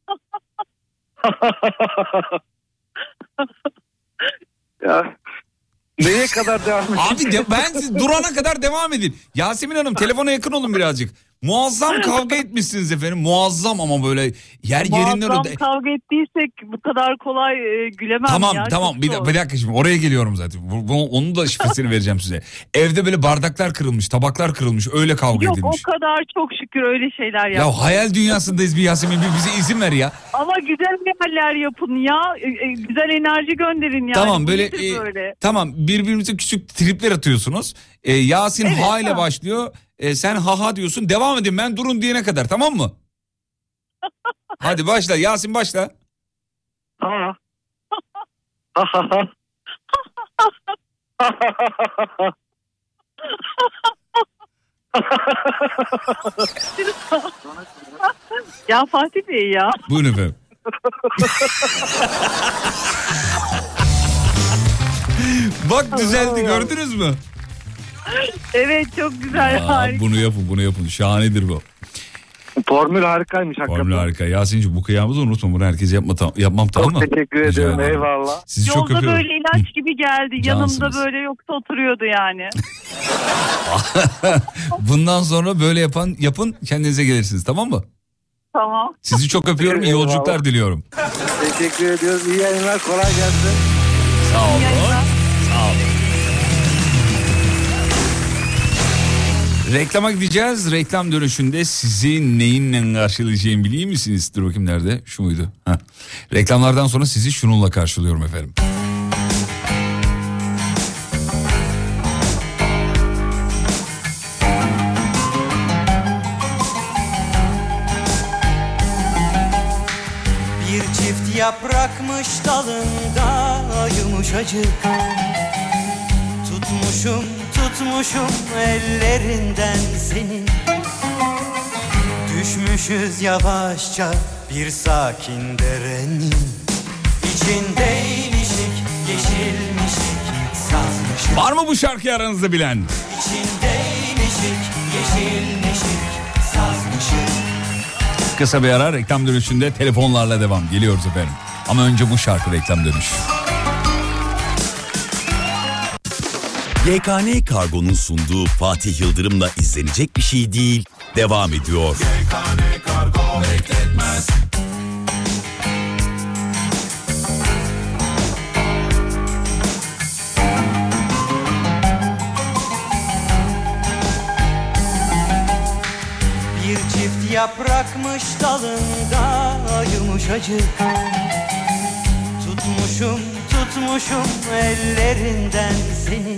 Ya neye kadar devam edeyim? Abi ben siz durana kadar devam edin. Yasemin Hanım telefona yakın olun birazcık. Muazzam kavga etmişsiniz efendim. Muazzam ama böyle yerinden... Muazzam kavga ettiysek bu kadar kolay gülemem Tamam ya. tamam bir dakika şimdi oraya geliyorum zaten. Onun da şifresini vereceğim size. Evde böyle bardaklar kırılmış, tabaklar kırılmış, öyle kavga Yok, edilmiş. o kadar çok şükür öyle şeyler yaptık. Ya hayal dünyasındayız bir Yasemin, bir bize izin ver ya. Ama güzel hayaller yapın ya. Güzel enerji gönderin yani. Tamam Bu böyle, nedir böyle? tamam birbirimize küçük tripler atıyorsunuz. Yasin Evet, ha ile tamam. başlıyor. Sen ha ha diyorsun, devam edin ben durun diyene kadar, tamam mı? Hadi başla Yasin, başla. Ha. Ha ha ha. Ya Fatih Bey ya. Buyurun efendim. Bak düzeldi, gördünüz mü? Evet, çok güzel. Harika. Bunu yapın şahanedir bu. Formül harikaymış hakikaten. Formül harika. Yasin'ciğim bu kıyamızı unutma, bunu herkes yapmam tamam mı? Çok teşekkür Rica ederim, ederim. eyvallah. Sizi çok Yolda öpüyorum. böyle ilaç gibi geldi. Cansınız. Yanımda böyle yoksa oturuyordu yani. Bundan sonra böyle yapın kendinize gelirsiniz, tamam mı? Tamam. Sizi çok öpüyorum, iyi Eyvallah. yolculuklar diliyorum. Teşekkür ediyoruz. İyi yayınlar, kolay gelsin. Sağ olun. Sağ olun. Reklama gideceğiz. Reklam dönüşünde sizi neyinle karşılayacağımı biliyor musunuz? Dur bakayım nerede? Şu muydu? Heh. Reklamlardan sonra sizi şununla karşılıyorum efendim. Bir çift yaprakmış dalında yumuşacık. Tutmuşum ellerinden senin. Düşmüşüz yavaşça bir sakin derenin. İçindeymişik, yeşilmişik, sazmışık. Var mı bu şarkıyı aranızda bilen? İçindeymişik, yeşilmişik, sazmışık. Kısa bir ara, reklam dönüşünde telefonlarla devam. Geliyoruz efendim. Ama önce bu şarkı, reklam dönüş. YKN Kargo'nun sunduğu Fatih Yıldırım'la izlenecek bir şey değil devam ediyor. YKN Kargo bekletmez. Bir çift yaprakmış dalında yumuşacık. Tutmuşum ellerinden seni.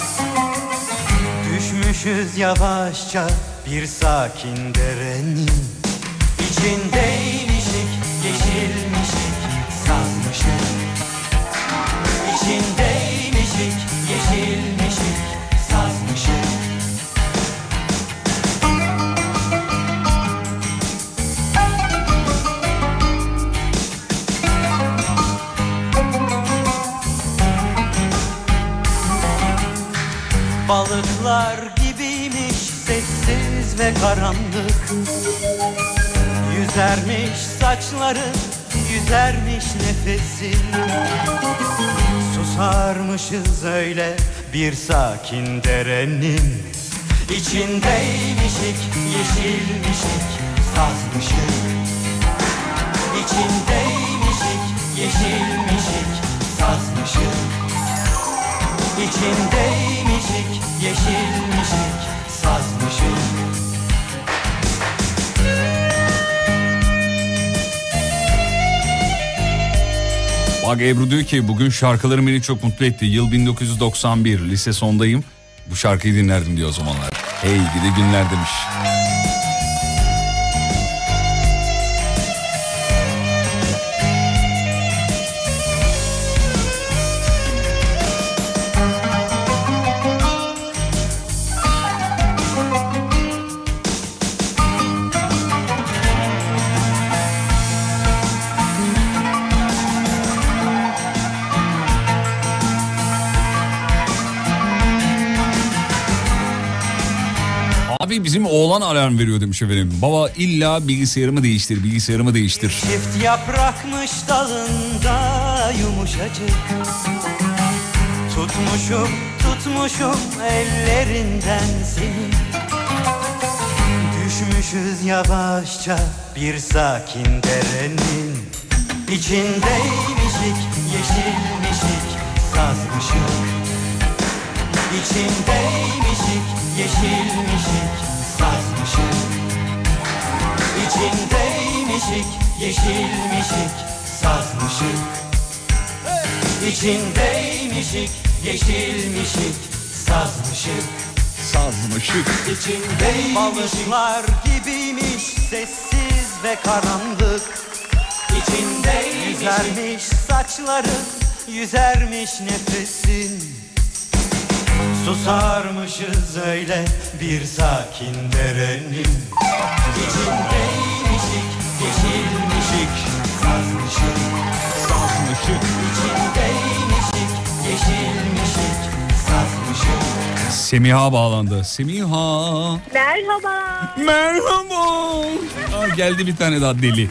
Düşmüşüz yavaşça bir sakin derenin. İçindeymişik, yeşilmişik, sazmışık. İçindeymişik, yeşilmişik, sazmışık. Balıklar gibiymiş sessiz ve karanlık. Yüzermiş saçların, yüzermiş nefesin. Susarmışız öyle bir sakin derenin. İçindeymişik, yeşilmişik, sazmışık. İçindeymişik, yeşilmişik, sazmışık. İçindeymişik, yeşilmişik, sazmışık. Bak Ebru diyor ki bugün şarkılarım beni çok mutlu etti. Yıl 1991, lise sondayım. Bu şarkıyı dinlerdim diyor o zamanlar. Hey gidi günler demiş. Abi bizim oğlan alarm veriyor demiş efendim. Baba illa bilgisayarımı değiştir. Çift yaprakmış dalında yumuşacık. Tutmuşum ellerinden seni. Düşmüşüz yavaşça bir sakin derenin İçindeymişik, yeşilmişik, sazmışık. İçindeymişik, yeşilmişik, sazmışık. İçindeymişik, yeşilmişik, sazmışık. İçindeymişik, yeşilmişik, sazmışık. İçindeymişik. Balıklar gibiymiş, sessiz ve karanlık. İçindeymişik. Yüzermiş saçların, yüzermiş nefesin. Susarmışız öyle bir sakin derenin İçindeymişik, yeşilmişik, sazmışık. İçindeymişik, yeşilmişik, sazmışık. Semiha bağlandı. Semiha. Merhaba. Geldi bir tane daha deli.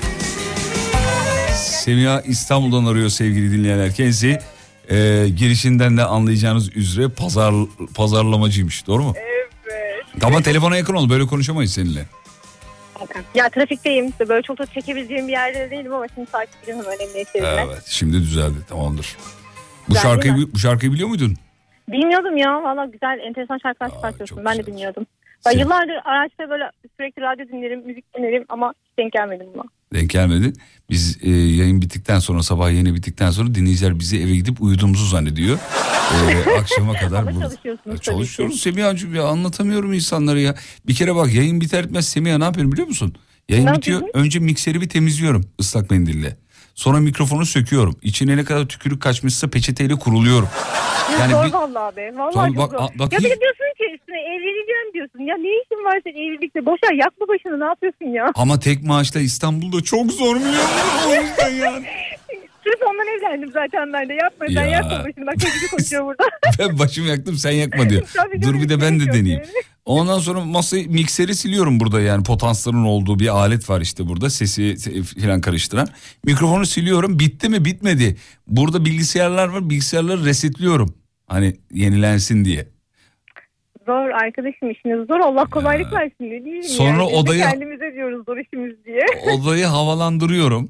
Semiha İstanbul'dan arıyor sevgili dinleyenler. Kendisi girişinden de anlayacağınız üzere pazarlamacıymış, doğru mu? Evet. Ama telefona yakın ol, böyle konuşamayız seninle. Ya trafikteyim. Böyle çok da çekebileceğim bir yerde değilim ama şimdi takip ediyorum önemli şeylerine. Evet, şimdi düzeldi, tamamdır. Bu şarkıyı biliyor muydun? Bilmiyordum ya. Valla güzel, enteresan şarkılar çıkartıyorsun. Ben de bilmiyordum. Ben yıllardır araçta böyle sürekli radyo dinlerim, müzik dinlerim ama hiç denk gelmedim buna. Denk gelmedi. Biz yayın bittikten sonra, sabah yayını bittikten sonra dinleyiciler bizi eve gidip uyuduğumuzu zannediyor. Akşama kadar ama çalışıyoruz Semiha'cığım ya, anlatamıyorum insanları ya. Bir kere bak, yayın biter bitmez Semiha ne yapıyorum biliyor musun? Yayın bitiyor, önce mikseri bir temizliyorum ıslak mendille. Sonra mikrofonu söküyorum. İçine ne kadar tükürük kaçmışsa peçeteyle kuruluyorum. Yani zor vallahi be. Vallahi çok zor. Ya bir de diyorsun ki üstüne evleneceğim diyorsun. Ya ne işin var senin evlilikte? Boşver, yakma başını, ne yapıyorsun ya? Ama tek maaşla İstanbul'da çok zor mu ya? O yüzden yani. Sırf ondan evlendim zaten ben de. Yapma sen, yakma başını. Bak çocuk konuşuyor burada. Ben başımı yaktım, sen yakma diyor. Dur bir de ben de deneyeyim. Ondan sonra mikseri siliyorum burada, yani potansların olduğu bir alet var işte burada, sesi falan karıştıran. Mikrofonu siliyorum, bitti mi bitmedi. Burada bilgisayarlar var, bilgisayarları resetliyorum. Hani yenilensin diye. Zor arkadaşım, işiniz zor, Allah kolaylık versin ne diyeyim. Sonra yani. odayı... Kendimize diyoruz zor işimiz diye. Odayı havalandırıyorum.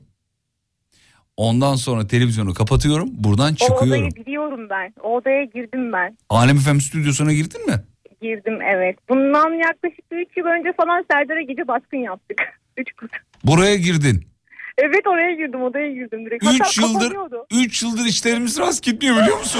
Ondan sonra televizyonu kapatıyorum, buradan çıkıyorum. O odayı biliyorum ben, o odaya girdim ben. Alem FM stüdyosuna girdin mi? Girdim evet. Bundan yaklaşık 3 yıl önce falan Serdar'a gece baskın yaptık. 3 kız. Buraya girdin. Evet, oraya girdim, odaya girdim direkt. 3 yıldır işlerimiz rast gitmiyor biliyor musun?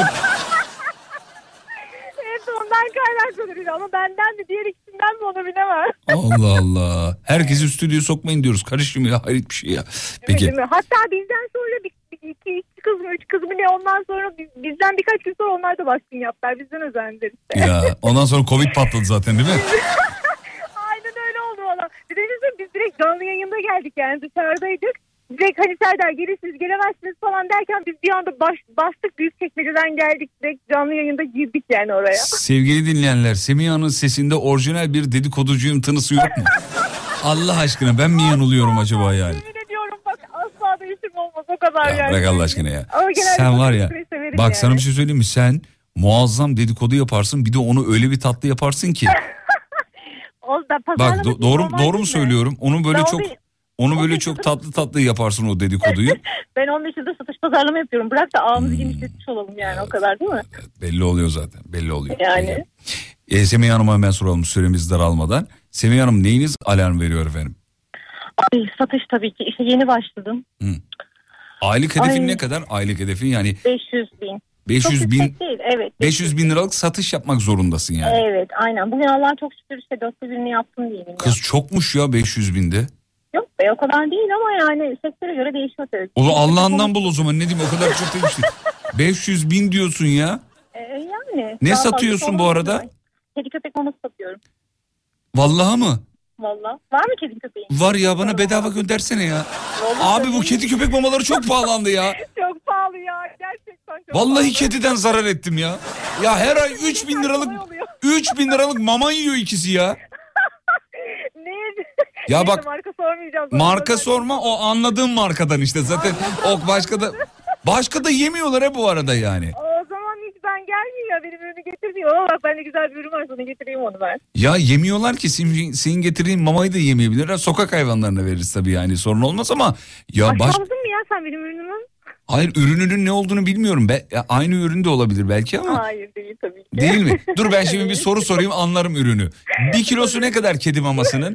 Evet, ondan kaynaklanır ama benden de diğer ikisinden mi onu bilemem. Allah Allah. Herkesi stüdyoya sokmayın diyoruz. Karışım ya, hayret bir şey ya. Peki. Evet, hatta bizden sonra iki kız mı 3 kız mı ne, ondan sonra bizden birkaç gün sonra onlar da baskın yaptılar. Bizden özendiler işte. Ya ondan sonra Covid patladı zaten değil mi? Aynen öyle oldu valla. Bir de biz direkt canlı yayında geldik, yani dışarıdaydık. Direkt hani Serdar gelirsiniz gelemezsiniz falan derken biz bir anda bastık, Büyükçekmece'den geldik, direkt canlı yayında girdik yani oraya. Sevgili dinleyenler, Semiha'nın sesinde orijinal bir dedikoducuyum tınısı yok mu? Allah aşkına, ben mi yanılıyorum acaba yani? Yemin ediyorum bak, asla da işim olmaz o kadar ya yani. Bırak Allah aşkına ya. Sen var ya, bak yani. Sana bir şey söyleyeyim mi? Sen muazzam dedikodu yaparsın, bir de onu öyle bir tatlı yaparsın ki. Bak doğru mu söylüyorum? Onu böyle çok tatlı yaparsın o dedikoduyu. Ben onun dışında satış pazarlama yapıyorum. Bırak da ağımızı genişletmiş olalım yani, o kadar değil mi? Evet, belli oluyor zaten, belli oluyor. Yani. Semih Hanım'a hemen soralım süremiz daralmadan. Semih Hanım, neyiniz alarm veriyor efendim? Ay, satış tabii ki. İşte yeni başladım. Aylık hedefin ne kadar? Aylık hedefin yani 500 bin. 500 bin Değil, evet. 500 bin liralık satış yapmak zorundasın yani. Evet aynen. Bugün Allah'a çok şükür işte 400 yaptım diyelim. Kız çokmuş ya 500 binde. Yok be o kadar değil ama yani sektöre göre değişiyor tabii. O da Allah'ından bul o zaman, ne diyeyim, o kadar çok demiştim. 500 bin diyorsun ya. Yani. Ne satıyorsun bu arada? Kedi köpek maması satıyorum. Vallahi mı? Vallahi. Var mı kedi köpeğin? Var ya, bana bedava göndersene ya. Abi bu kedi köpek mamaları çok pahalandı ya. Çok pahalı ya gerçekten çok Vallahi pahalı. kediden zarar ettim ya. Ya her ay 3 bin liralık mama yiyor ikisi ya. Ne? Ya bak, marka sormayacağım. Marka sorma, o anladığım markadan işte zaten. O başka da yemiyorlar ha bu arada yani. O zaman hiç ben gelmeyeyim ya, benim ürünü getirmiyor. Ama bak bende güzel bir ürün var, sana getireyim onu ben. Ya yemiyorlar ki, senin getirdiğin mamayı da yemeyebilirler. Sokak hayvanlarına veririz tabii yani, sorun olmaz ama. Ya aşağıladın mı ya sen benim ürünümü? Hayır, ürününün ne olduğunu bilmiyorum. Aynı ürün de olabilir belki ama. Hayır değil tabii ki. Değil mi? Dur ben şimdi bir soru sorayım, anlarım ürünü. 1 kilosu ne kadar kedi mamasının?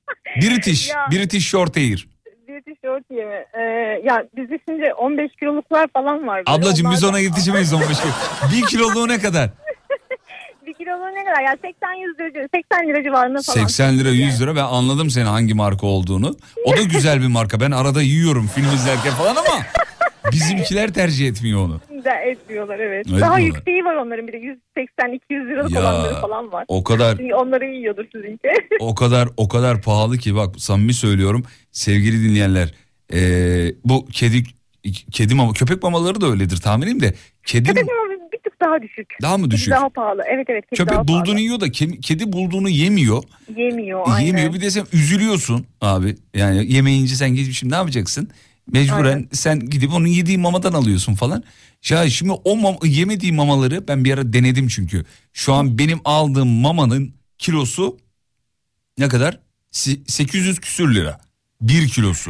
British Short Hair. British Short Hair mi? Ya bizde şimdi 15 kiloluklar falan var. Ablacığım biz ona yetişemeyiz 15 kilo. 1 kiloluğu ne kadar? 1 kiloluğu ne kadar? Ya 80 lira civarında falan. 80 lira 100 lira, ben anladım senin hangi marka olduğunu. O da güzel bir marka. Ben arada yiyorum film izlerken falan ama bizimkiler tercih etmiyor onu. Etmiyorlar evet. Daha yükseği var onların, bir de 180-200 liralık olanları falan var. O kadar. Çünkü onları yiyordur sizinki. O kadar pahalı ki, bak samimi söylüyorum sevgili dinleyenler. Bu kedi mama, köpek mamaları da öyledir tahminim de. Köpek mamaları bir tık daha düşük. Daha mı düşük? Kedi daha pahalı. Evet kedi köpek daha bulduğunu pahalı. yiyor da kedi bulduğunu yemiyor. Aynen. Yemiyor, bir de sen üzülüyorsun abi. Yani yemeyince sen gidip şimdi ne yapacaksın? Mecburen aynen. Sen gidip onun yediği mamadan alıyorsun falan. Ya şimdi yemediği mamaları ben bir ara denedim çünkü. Şu an benim aldığım mamanın kilosu ne kadar? 800 küsür lira. 1 kilosu.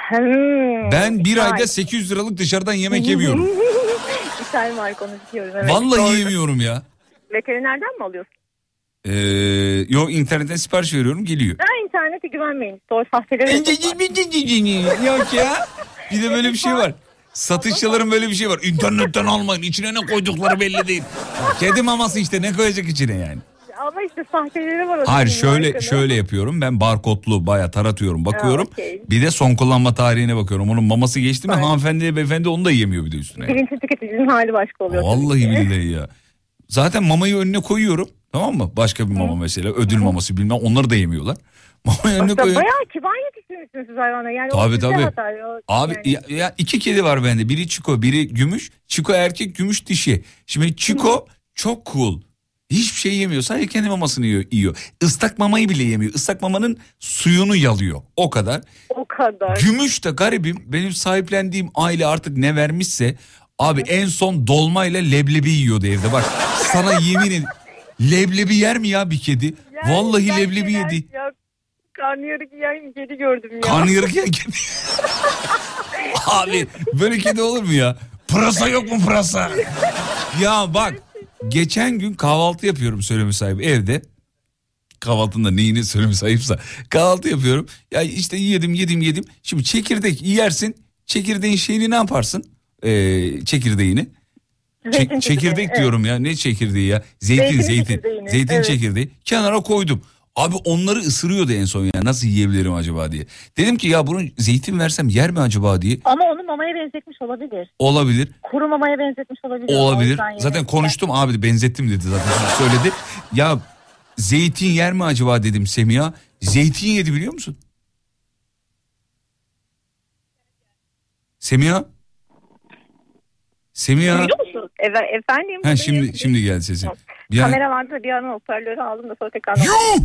Ben bir ayda 800 liralık dışarıdan yemek yemiyorum. İthal marka, onu biliyorum. Evet, vallahi doğru. yemiyorum ya. Veterinerden mi alıyorsun? Yok, internetten sipariş veriyorum, geliyor. İnternete güvenmeyin. Doğru, sahteleri Yok ya. Bir de böyle bir şey var. Satışçıların böyle bir şey var. İnternetten almayın. İçine ne koydukları belli değil. Kedi maması işte, ne koyacak içine yani. Ama işte sahteleri var. Hayır, şöyle yapıyorum. Ben barkodlu bayağı taratıyorum, bakıyorum. Okay. Bir de son kullanma tarihine bakıyorum. Onun maması geçti mi hanımefendi beyefendi onu da yemiyor bir de üstüne. Bilinçli tüketicinin hali başka oluyor. Vallahi billahi ya. Zaten mamayı önüne koyuyorum. Tamam mı? Başka bir mama mesela. Ödül maması bilmem, onları da yemiyorlar. Mamayı önüne koyuyorum. Bayağı kibar yetiştirmişsiniz siz hayvana. Yani tabii. Abi yani. Ya 2 kedi var bende. Biri Çiko, biri Gümüş. Çiko erkek, Gümüş dişi. Şimdi Çiko çok cool. Hiçbir şey yemiyor. Sadece kendi mamasını yiyor. Islak mamayı bile yemiyor. Islak mamanın suyunu yalıyor. O kadar. Gümüş de garibim. Benim sahiplendiğim aile artık ne vermişse. Abi en son dolmayla leblebi yiyordu evde. Bak sana yemin ederim. Leblebi yer mi ya bir kedi? Vallahi leblebi yedi. Ya, karnıyarık yiyen kedi gördüm ya. Karnıyarık yiyen kedi. Abi böyle kedi olur mu ya? Pırasa yok mu pırasa? Ya bak, geçen gün kahvaltı yapıyorum, söyleme sahibi evde. Kahvaltında neyini söyleme sahipse. Kahvaltı yapıyorum. Ya işte yedim. Şimdi çekirdek yersin. Çekirdeğin şeyini ne yaparsın? Çekirdeğini. Çekirdek diyorum ya, ne çekirdeği ya? Zeytin çekirdeği. Kenara koydum. Abi onları ısırıyordu en son ya, nasıl yiyebilirim acaba diye. Dedim ki ya bunu zeytin versem yer mi acaba diye. Ama onu mamaya benzetmiş olabilir. Olabilir. Kuru mamaya benzetmiş olabilir. Olabilir. Zaten konuştum abi, benzettim dedi zaten, söyledi. Ya zeytin yer mi acaba dedim Semiha. Zeytin yedi, biliyor musun? Semiha. Biliyor musun? Efendim. Ha, şimdi geldi sesin. Kamera vardı da bir an hoparlörü aldım da sonra tekrar.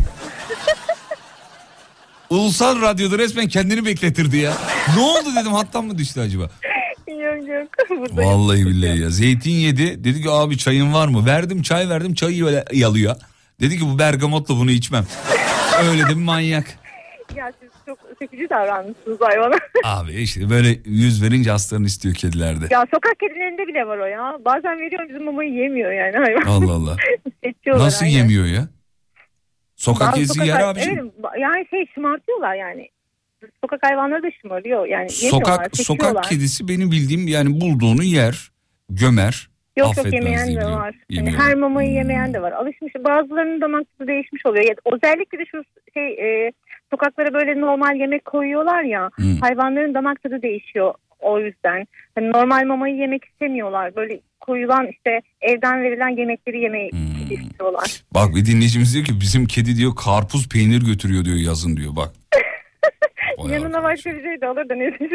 Ulusal Radyo'da resmen kendini bekletirdi ya. Ne oldu dedim, hattan mı düştü acaba? Yok. Vallahi billahi ya. Zeytin yedi. Dedi ki abi çayın var mı? Çay verdim. Çayı böyle yalıyor. Dedi ki bu bergamotlu, bunu içmem. Öyle de bir manyak. Ya siz çok seçici davranmışsınız hayvana. Abi işte böyle yüz verince hastalarını istiyor kedilerde. Ya sokak kedilerinde bile var o ya. Bazen veriyorum, bizim mamayı yemiyor yani hayvan. Allah Allah. Nasıl yemiyor ya? Sokak kedisi yer abiciğim. Evet, yani şımartıyorlar yani. sokak hayvanları da şımarıyor. Yani yemiyorlar, sokak kedisi benim bildiğim yani bulduğunu yer, gömer. Yok yemeyen de var. Yani her mamayı yemeyen de var. Alışmış. Bazılarının damak tadı değişmiş oluyor. Özellikle de şu sokaklara böyle normal yemek koyuyorlar ya. Hayvanların damak tadı değişiyor o yüzden. Yani normal mamayı yemek istemiyorlar. Böyle koyulan işte evden verilen yemekleri yemeyi istiyorlar. Bak bir dinleyicimiz diyor ki bizim kedi diyor karpuz peynir götürüyor diyor yazın diyor bak. Yanına başka bir şey de alır da ne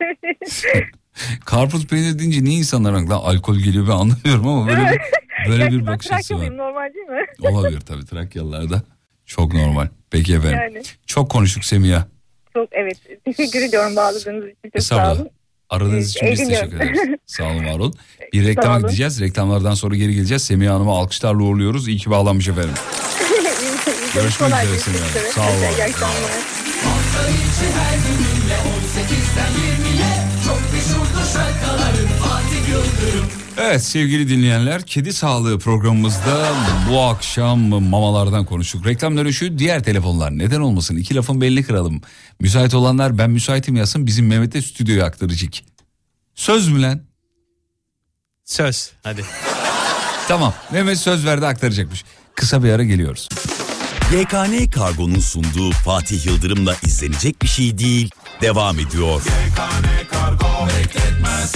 Karpuz peynir deyince niye insanlar aklına alkol geliyor ben anlamıyorum ama böyle bir bakış açısı var. Normal değil mi? Olabilir tabii Trakyalılarda çok normal. Peki efendim. Yani. Çok konuştuk Semiha. Çok evet. Teşekkür ediyorum bağladığınız için. Çok sağ olun. Aradığınız için biz teşekkür ederiz. Sağ olun var olun. Bir reklama gideceğiz. Reklamlardan sonra geri geleceğiz. Semiha Hanım'ı alkışlarla uğurluyoruz. İyi ki bağlanmış efendim. Görüşmek üzere Semiha Hanım. Sağ olun. Hafta içi her gününle 18'den 20'ye çok meşhurdur şarkıların Fatih Yıldırım. Evet sevgili dinleyenler kedi sağlığı programımızda bu akşam mamalardan konuştuk. Reklam dönüşü diğer telefonlar neden olmasın 2 lafın belini kıralım. Müsait olanlar ben müsaitim yazsın bizim Mehmet'e stüdyoya aktaracak. Söz mü lan? Söz hadi. Tamam Mehmet söz verdi aktaracakmış. Kısa bir ara geliyoruz. YKN Kargo'nun sunduğu Fatih Yıldırım'la izlenecek bir şey değil devam ediyor. YKN Kargo bekletmez.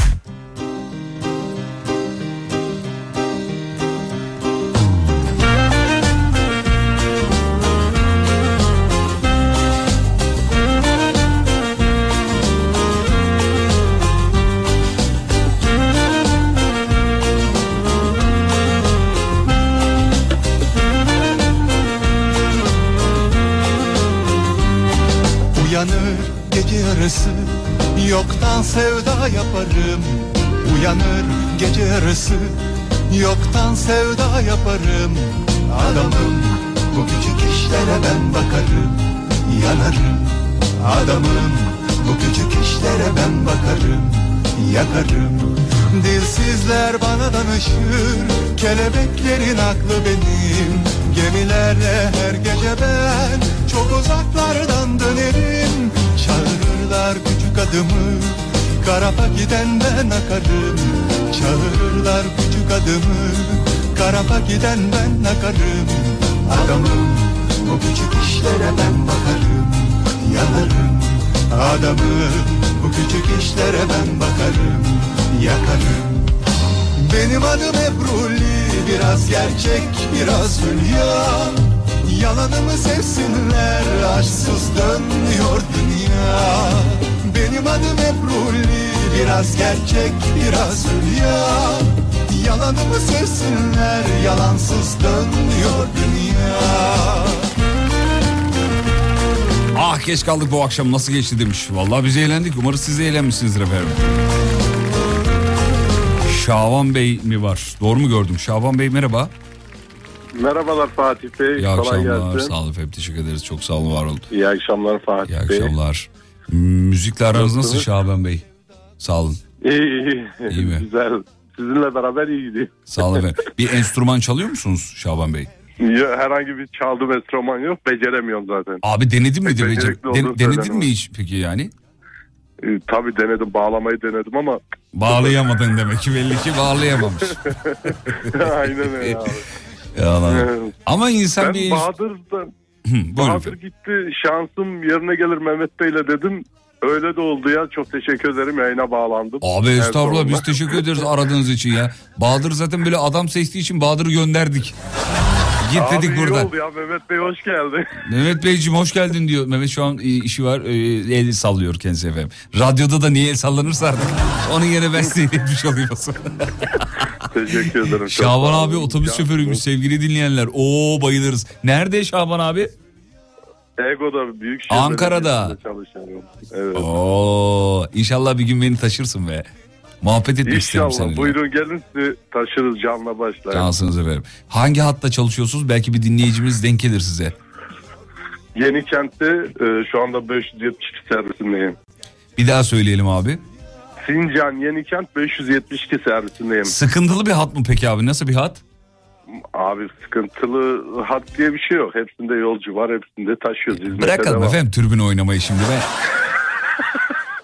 Uyanır gece yarısı yoktan sevda yaparım. Uyanır gece yarısı yoktan sevda yaparım. Adamım bu küçük işlere ben bakarım. Yanarım adamım bu küçük işlere ben bakarım. Yakarım dilsizler bana danışır. Kelebeklerin aklı benim. Gemilerle her gece ben çok uzaklardan dönerim. Çağırırlar küçük adımı, Karapa giden ben akarım. Çağırırlar küçük adımı, Karapa giden ben akarım. Adamım bu küçük işlere ben bakarım. Yanarım adamım bu küçük işlere ben bakarım. Yakarım. Benim adım Ebruli, biraz gerçek biraz hülya. Yalanımı sevsinler, aşksız dönmüyor dünya. Benim adım Ebruli, biraz gerçek biraz hülya. Yalanımı sevsinler, yalansız dönmüyor dünya. Ah geç kaldık bu akşam nasıl geçti demiş. Vallahi biz eğlendik umarız siz de eğlenmişsinizdir efendim. Şaban Bey mi var? Doğru mu gördüm? Şaban Bey merhaba. Merhabalar Fatih Bey. İyi akşamlar. Sağ olun efendim. Teşekkür ederiz. Çok sağ olun var olun. İyi akşamlar Fatih Bey. İyi akşamlar. Müzikle aranız nasıl Şaban Bey? Sağ olun. İyi. İyi mi? Güzel. Sizinle beraber iyi gidiyor. Sağ olun efendim. Bir enstrüman çalıyor musunuz Şaban Bey? Herhangi bir çaldığım enstrüman yok. Beceremiyorum zaten. Abi denedin mi? Denedin mi hiç peki yani? Tabii denedim. Bağlamayı denedim ama... Bağlayamadın demek ki belli ki bağlayamamış. Aynen öyle abi. Ama insan ben bir... Bahadır gitti şansım yerine gelir Mehmet Bey'le dedim. Öyle de oldu ya. Çok teşekkür ederim. Yayına bağlandım. Abi estağfurullah biz teşekkür ederiz aradığınız için ya. Bahadır zaten böyle adam seçtiği için Bahadır'ı gönderdik. Git abi dedik burada. Oldu ya Mehmet Bey hoş geldin. Mehmet Beyciğim hoş geldin diyor. Mehmet şu an işi var. El sallıyor kendisi efendim. Radyoda da niye el sallanırsa artık. Onun yerine ben size iletmiş olayım. Teşekkür ederim. Şaban abi otobüs şoförüymüş sevgili dinleyenler. Oo bayılırız. Nerede Şaban abi? Ego'da büyük şehirde. Ankara'da. Çalışıyorum. Evet. Oo inşallah bir gün beni taşırsın be. Muhabbet etmek isterim seninle. İnşallah buyurun gelin sizi taşırız canla başla. Cansınız efendim. Hangi hatta çalışıyorsunuz? Belki bir dinleyicimiz denk gelir size. Yenikent'te şu anda 572 servisindeyim. Bir daha söyleyelim abi. Sincan Yenikent 572 servisindeyim. Sıkıntılı bir hat mı peki abi? Nasıl bir hat? Abi sıkıntılı hat diye bir şey yok. Hepsinde yolcu var, hepsinde taşıyoruz. Bırakalım efendim türbün oynamayı şimdi be.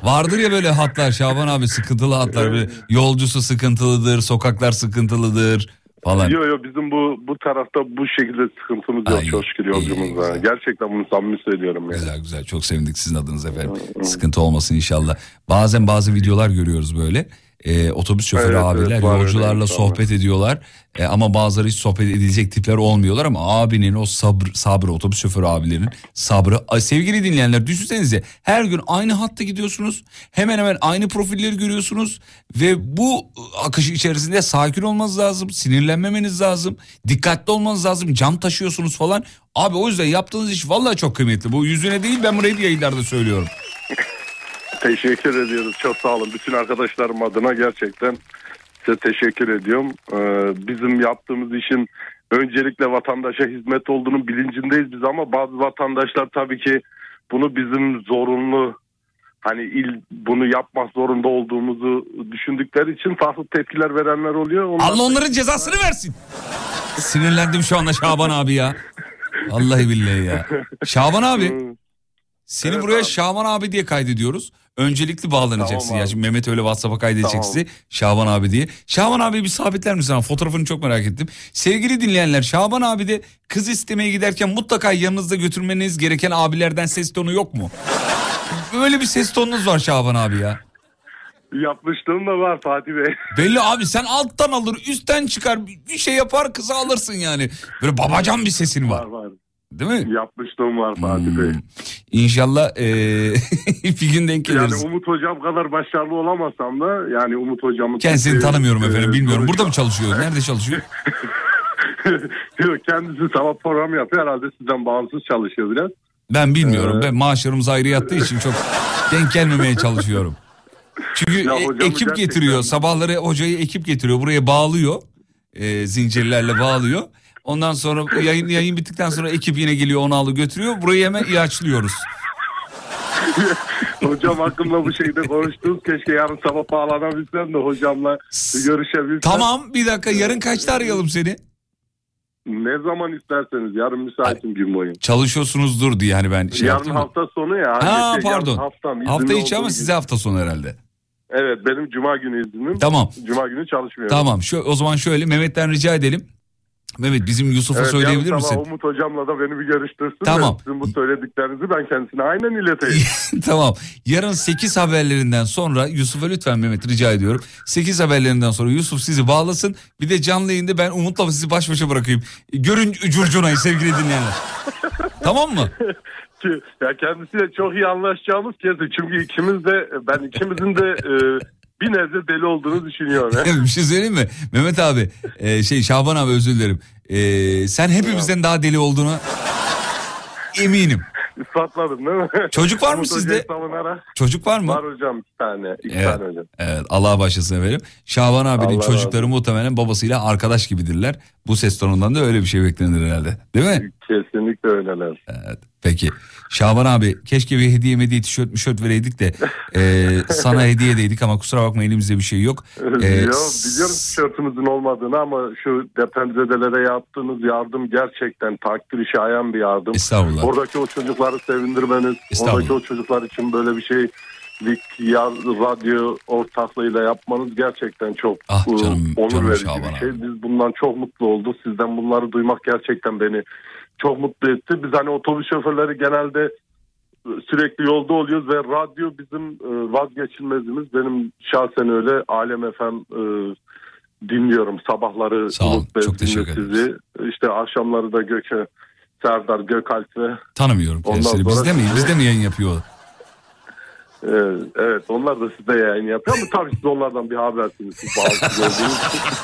Vardır ya böyle hatlar Şaban abi, sıkıntılı hatlar. Böyle yolcusu sıkıntılıdır, sokaklar sıkıntılıdır falan. Yok bizim bu tarafta bu şekilde sıkıntımız yok çok şükür yolcumuzda. Gerçekten bunu samimi söylüyorum. Yani. Güzel çok sevindik sizin adınız efendim. Sıkıntı olmasın inşallah. Bazen bazı videolar görüyoruz böyle. Otobüs şoförü abiler yolcularla sohbet ediyorlar. Ama bazıları hiç sohbet edilecek tipler olmuyorlar ama abinin o sabrı otobüs şoförü abilerin sabrı. Sevgili dinleyenler, düşünsenize her gün aynı hatta gidiyorsunuz. Hemen hemen aynı profilleri görüyorsunuz. Ve bu akış içerisinde sakin olmanız lazım. Sinirlenmemeniz lazım. Dikkatli olmanız lazım. Cam taşıyorsunuz falan. Abi o yüzden yaptığınız iş vallahi çok kıymetli. Bu yüzüne değil, ben burayı yayınlarda söylüyorum. Teşekkür ediyoruz. Çok sağ olun. Bütün arkadaşlarım adına gerçekten size teşekkür ediyorum. Bizim yaptığımız işin öncelikle vatandaşa hizmet olduğunun bilincindeyiz biz ama bazı vatandaşlar tabii ki bunu bizim zorunlu bunu yapmak zorunda olduğumuzu düşündükleri için farklı tepkiler verenler oluyor. Allah onların cezasını versin. Sinirlendim şu anda Şaban abi ya. Vallahi billahi ya. Şaban abi. Seni buraya abi. Şaban abi diye kaydediyoruz. Öncelikli bağlanacaksın ya. Şimdi Mehmet öyle WhatsApp'a kaydedecek sizi. Şaban abi diye. Şaban abi bir sabitler misin? Fotoğrafını çok merak ettim. Sevgili dinleyenler, Şaban abi de kız istemeye giderken mutlaka yanınızda götürmeniz gereken abilerden ses tonu yok mu? Böyle bir ses tonunuz var Şaban abi ya. Yapmışlığım da var Fatih Bey. Belli abi, sen alttan alır üstten çıkar bir şey yapar kızı alırsın yani. Böyle babacan bir sesin var. Var. Değil mi? Yapmışlığım var Fatih Bey. İnşallah bir gün denk geliriz. Yani Umut Hocam kadar başarılı olamasam da yani Umut Hocam'ın... Kendisini tanımıyorum efendim, bilmiyorum. Burada mı çalışıyor? Nerede çalışıyor? Yok, kendisi sabah program yapıyor. Herhalde sizden bağımsız çalışıyor biraz. Ben bilmiyorum. Ben maaşlarımız ayrı yattığı için çok denk gelmemeye çalışıyorum. Çünkü ekip getiriyor. Sabahları hocayı ekip getiriyor. Buraya bağlıyor. Zincirlerle bağlıyor. Ondan sonra yayın bittikten sonra ekip yine geliyor, onu alıyor götürüyor. Burayı hemen ilaçlıyoruz. Hocam hakkında bu şeyde konuştunuz. Keşke yarın sabah bağlanabilsem de hocamla görüşebilsem. Tamam, bir dakika, yarın kaçta arayalım seni? Ne zaman isterseniz, yarın müsaitim gün boyu. Çalışıyorsunuzdur diye hani ben şey yarın yaptım. Hafta sonu ya. Pardon. Hafta içi ama size hafta sonu herhalde. Evet, benim cuma günü iznim. Tamam. Cuma günü çalışmıyorum. Tamam. O zaman şöyle, Mehmet'ten rica edelim. Mehmet, bizim Yusuf'a söyleyebilir misin? Evet, Umut Hocam'la da beni bir görüştürsün. Tamam. Sizin bu söylediklerinizi ben kendisine aynen ileteyim. Tamam. Yarın 8 haberlerinden sonra Yusuf'a lütfen Mehmet rica ediyorum. 8 haberlerinden sonra Yusuf sizi bağlasın. Bir de canlı yayında ben Umut'la sizi baş başa bırakayım. Görün curcunayı sevgili dinleyenler. Tamam mı? Ya kendisiyle çok iyi anlaşacağımız kesin. Çünkü ikimizin de bir nebze deli olduğunu düşünüyorum. Bir şey söyleyeyim mi? Mehmet abi, Şaban abi, özür dilerim. Sen hepimizden daha deli olduğuna eminim. İspatladım değil mi? Çocuk var mı sizde? Çocuk var mı? Var hocam, iki tane hocam. Evet, Allah'a başlasın efendim. Şaban abinin çocukları muhtemelen babasıyla arkadaş gibidirler. Bu ses tonundan da öyle bir şey beklenir herhalde. Değil mi? Kesinlikle öyleler. Evet, peki. Şaban abi, keşke bir hediye tişört vereydik de sana hediye edeydik ama kusura bakma, elimizde bir şey yok. Biliyorum tişörtümüzün olmadığını ama şu depremzedelere yaptığınız yardım gerçekten takdir şayan bir yardım. Estağfurullah. Oradaki o çocukları sevindirmeniz, oradaki o çocuklar için böyle bir şey radyo ortaklığıyla yapmanız gerçekten çok onur verici bir şey. Biz bundan çok mutlu olduk. Sizden bunları duymak gerçekten beni çok mutlu etti. Biz hani otobüs şoförleri genelde sürekli yolda oluyoruz ve radyo bizim vazgeçilmezimiz. Benim şahsen öyle. Alem FM dinliyorum sabahları. Sağ olun. Çok teşekkür ederim. İşte akşamları da Serdar Gökalp ve tanımıyorum kendisini. Bizde mi yayın yapıyor? Evet, onlar da sizde yayın yapıyor ama tabii siz onlardan bir habersiniz. Siz bağımsız olduğunuz.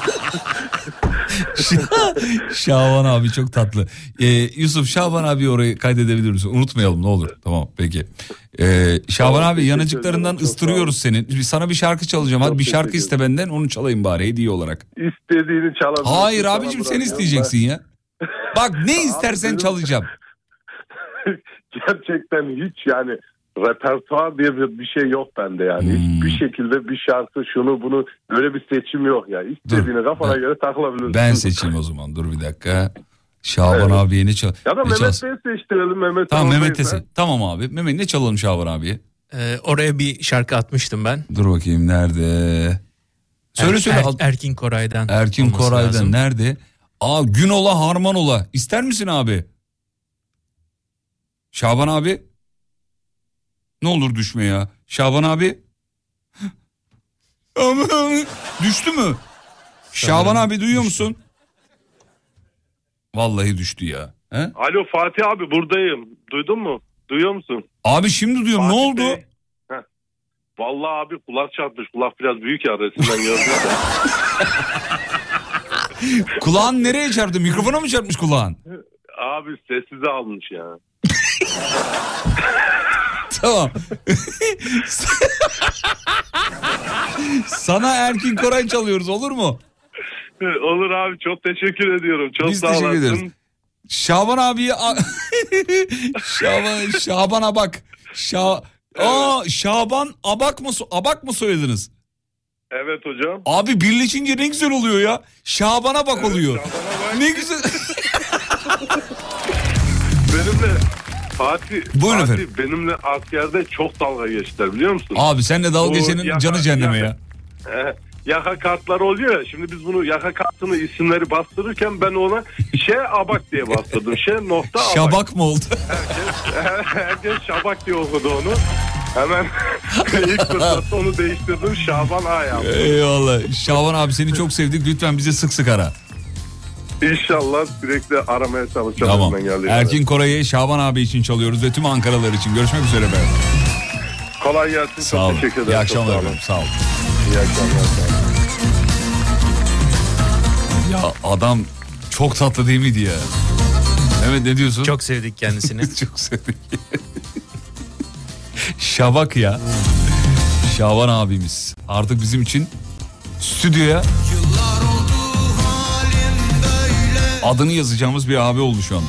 Şaban abi çok tatlı. Yusuf, Şaban abi orayı kaydedebilir misin? Unutmayalım ne olur. Tamam, peki. Şaban abi, yanıcıklarından ıstırıyoruz senin. Sana bir şarkı çalacağım. Hadi bir şarkı iste benden, onu çalayım bari hediye olarak. İstediğini çalabilirsin. Hayır abicim, sen isteyeceksin ya. Bak, ne istersen çalacağım. Gerçekten hiç yani repertuar diye bir şey yok bende yani. Hiçbir şekilde bir şarkı şunu bunu öyle bir seçim yok ya. İstediğine kafana göre takılabilirsin. Ben seçeyim o zaman. Dur bir dakika. Şaban abiye ne çal? Ya da Mehmet Bey'i seçtirelim. Tamam, Mehmet'e. Tamam abi. Mehmet, ne çalalım Şaban abiye? Oraya bir şarkı atmıştım ben. Dur bakayım nerede? Söyle. Erkin Koray'dan. Erkin Koray'dan lazım. nerede? Günola Harmanola. İster misin abi? Şaban abi. Ne olur düşme ya. Şaban abi. Düştü mü? Şaban abi duyuyor musun? Vallahi düştü ya. He? Alo Fatih abi buradayım. Duydun mu? Duyuyor musun? Abi şimdi duyuyorum. Fatih ne oldu? Bey. Vallahi abi kulak çarpmış. Kulak biraz büyük ya resimden gördüm. Kulağın nereye çarptı? Mikrofona mı çarpmış kulağın? Abi sessize almış ya. Tamam. Sana Erkin Koray çalıyoruz, olur mu? Olur abi, çok teşekkür ediyorum. Çok Biz sağ teşekkür olasın. ederiz. Şaban abiye Şaban Abak. Şaban Abak mı soyadınız? Evet hocam. Abi birleşince ne güzel oluyor ya. Şaban'a bak oluyor. Şaban'a bak. Ne güzel. Benimle Buyurun Fatih efendim. benimle askerde çok dalga geçtiler biliyor musun? Abi senle dalga geçenin canı cehenneme ya. Yaka kartları oluyor ya. Şimdi biz bunu yaka kartını isimleri bastırırken ben ona Abak diye bastırdım. Abak. Şabak mı oldu? Herkes Şabak diye okudu onu. Hemen ilk fırsatta onu değiştirdim. Şaban A yaptım. Eyvallah. Şaban abi seni çok sevdik. Lütfen bize sık sık ara. İnşallah sürekli aramaya çalışacağım. Tamam. Erkin Koray'ı Şaban abi için çalıyoruz ve tüm Ankaralılar için. Görüşmek üzere be. Kolay gelsin. Sağ olun. Teşekkür ederim. İyi akşamlar efendim. Sağ olun. İyi akşamlar. Ya adam çok tatlı değil miydi ya? Evet, ne diyorsun? Çok sevdik kendisini. Çok sevdik. Şabak ya. Şaban abimiz. Artık bizim için stüdyoya adını yazacağımız bir abi oldu şu anda.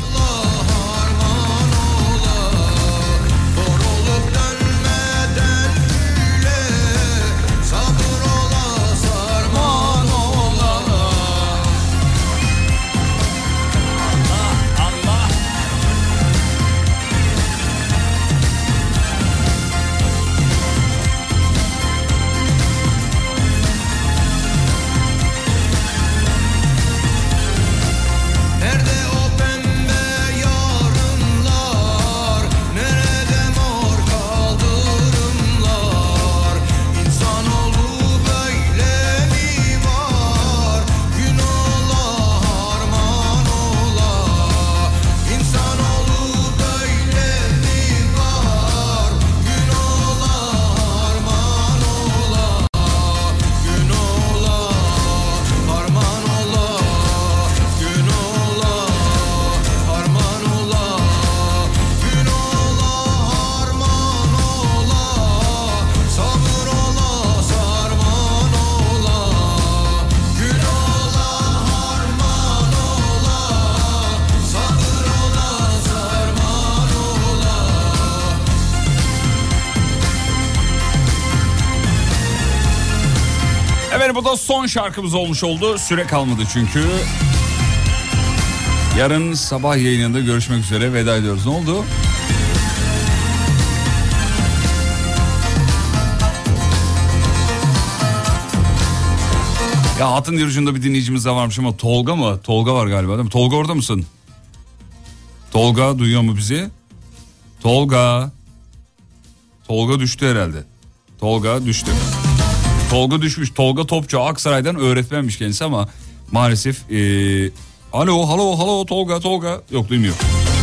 Bu da son şarkımız olmuş oldu. Süre kalmadı çünkü. Yarın sabah yayınında görüşmek üzere, veda ediyoruz. Ne oldu? Ya hattın diğer ucunda bir dinleyicimiz daha varmış ama Tolga mı? Tolga var galiba değil mi? Tolga orada mısın? Tolga duyuyor mu bizi? Tolga düştü herhalde. Tolga düştü. Tolga düşmüş. Tolga Topçu Aksaray'dan öğretmenmiş kendisi ama maalesef alo Tolga yok, duymuyor.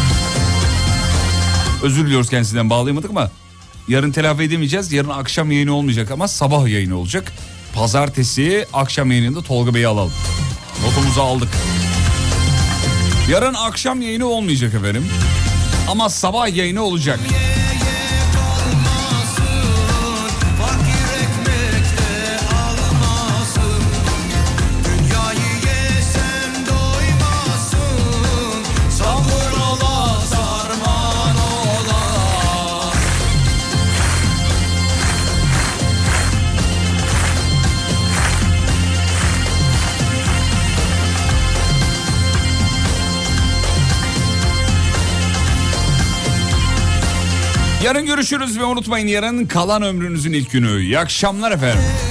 Özür diliyoruz, kendisinden bağlayamadık ama yarın telafi edemeyeceğiz. Yarın akşam yayını olmayacak ama sabah yayını olacak. Pazartesi akşam yayınında Tolga Bey'i alalım. Notumuzu aldık. Yarın akşam yayını olmayacak efendim. Ama sabah yayını olacak. Yarın görüşürüz ve unutmayın, yarın kalan ömrünüzün ilk günü. İyi akşamlar efendim.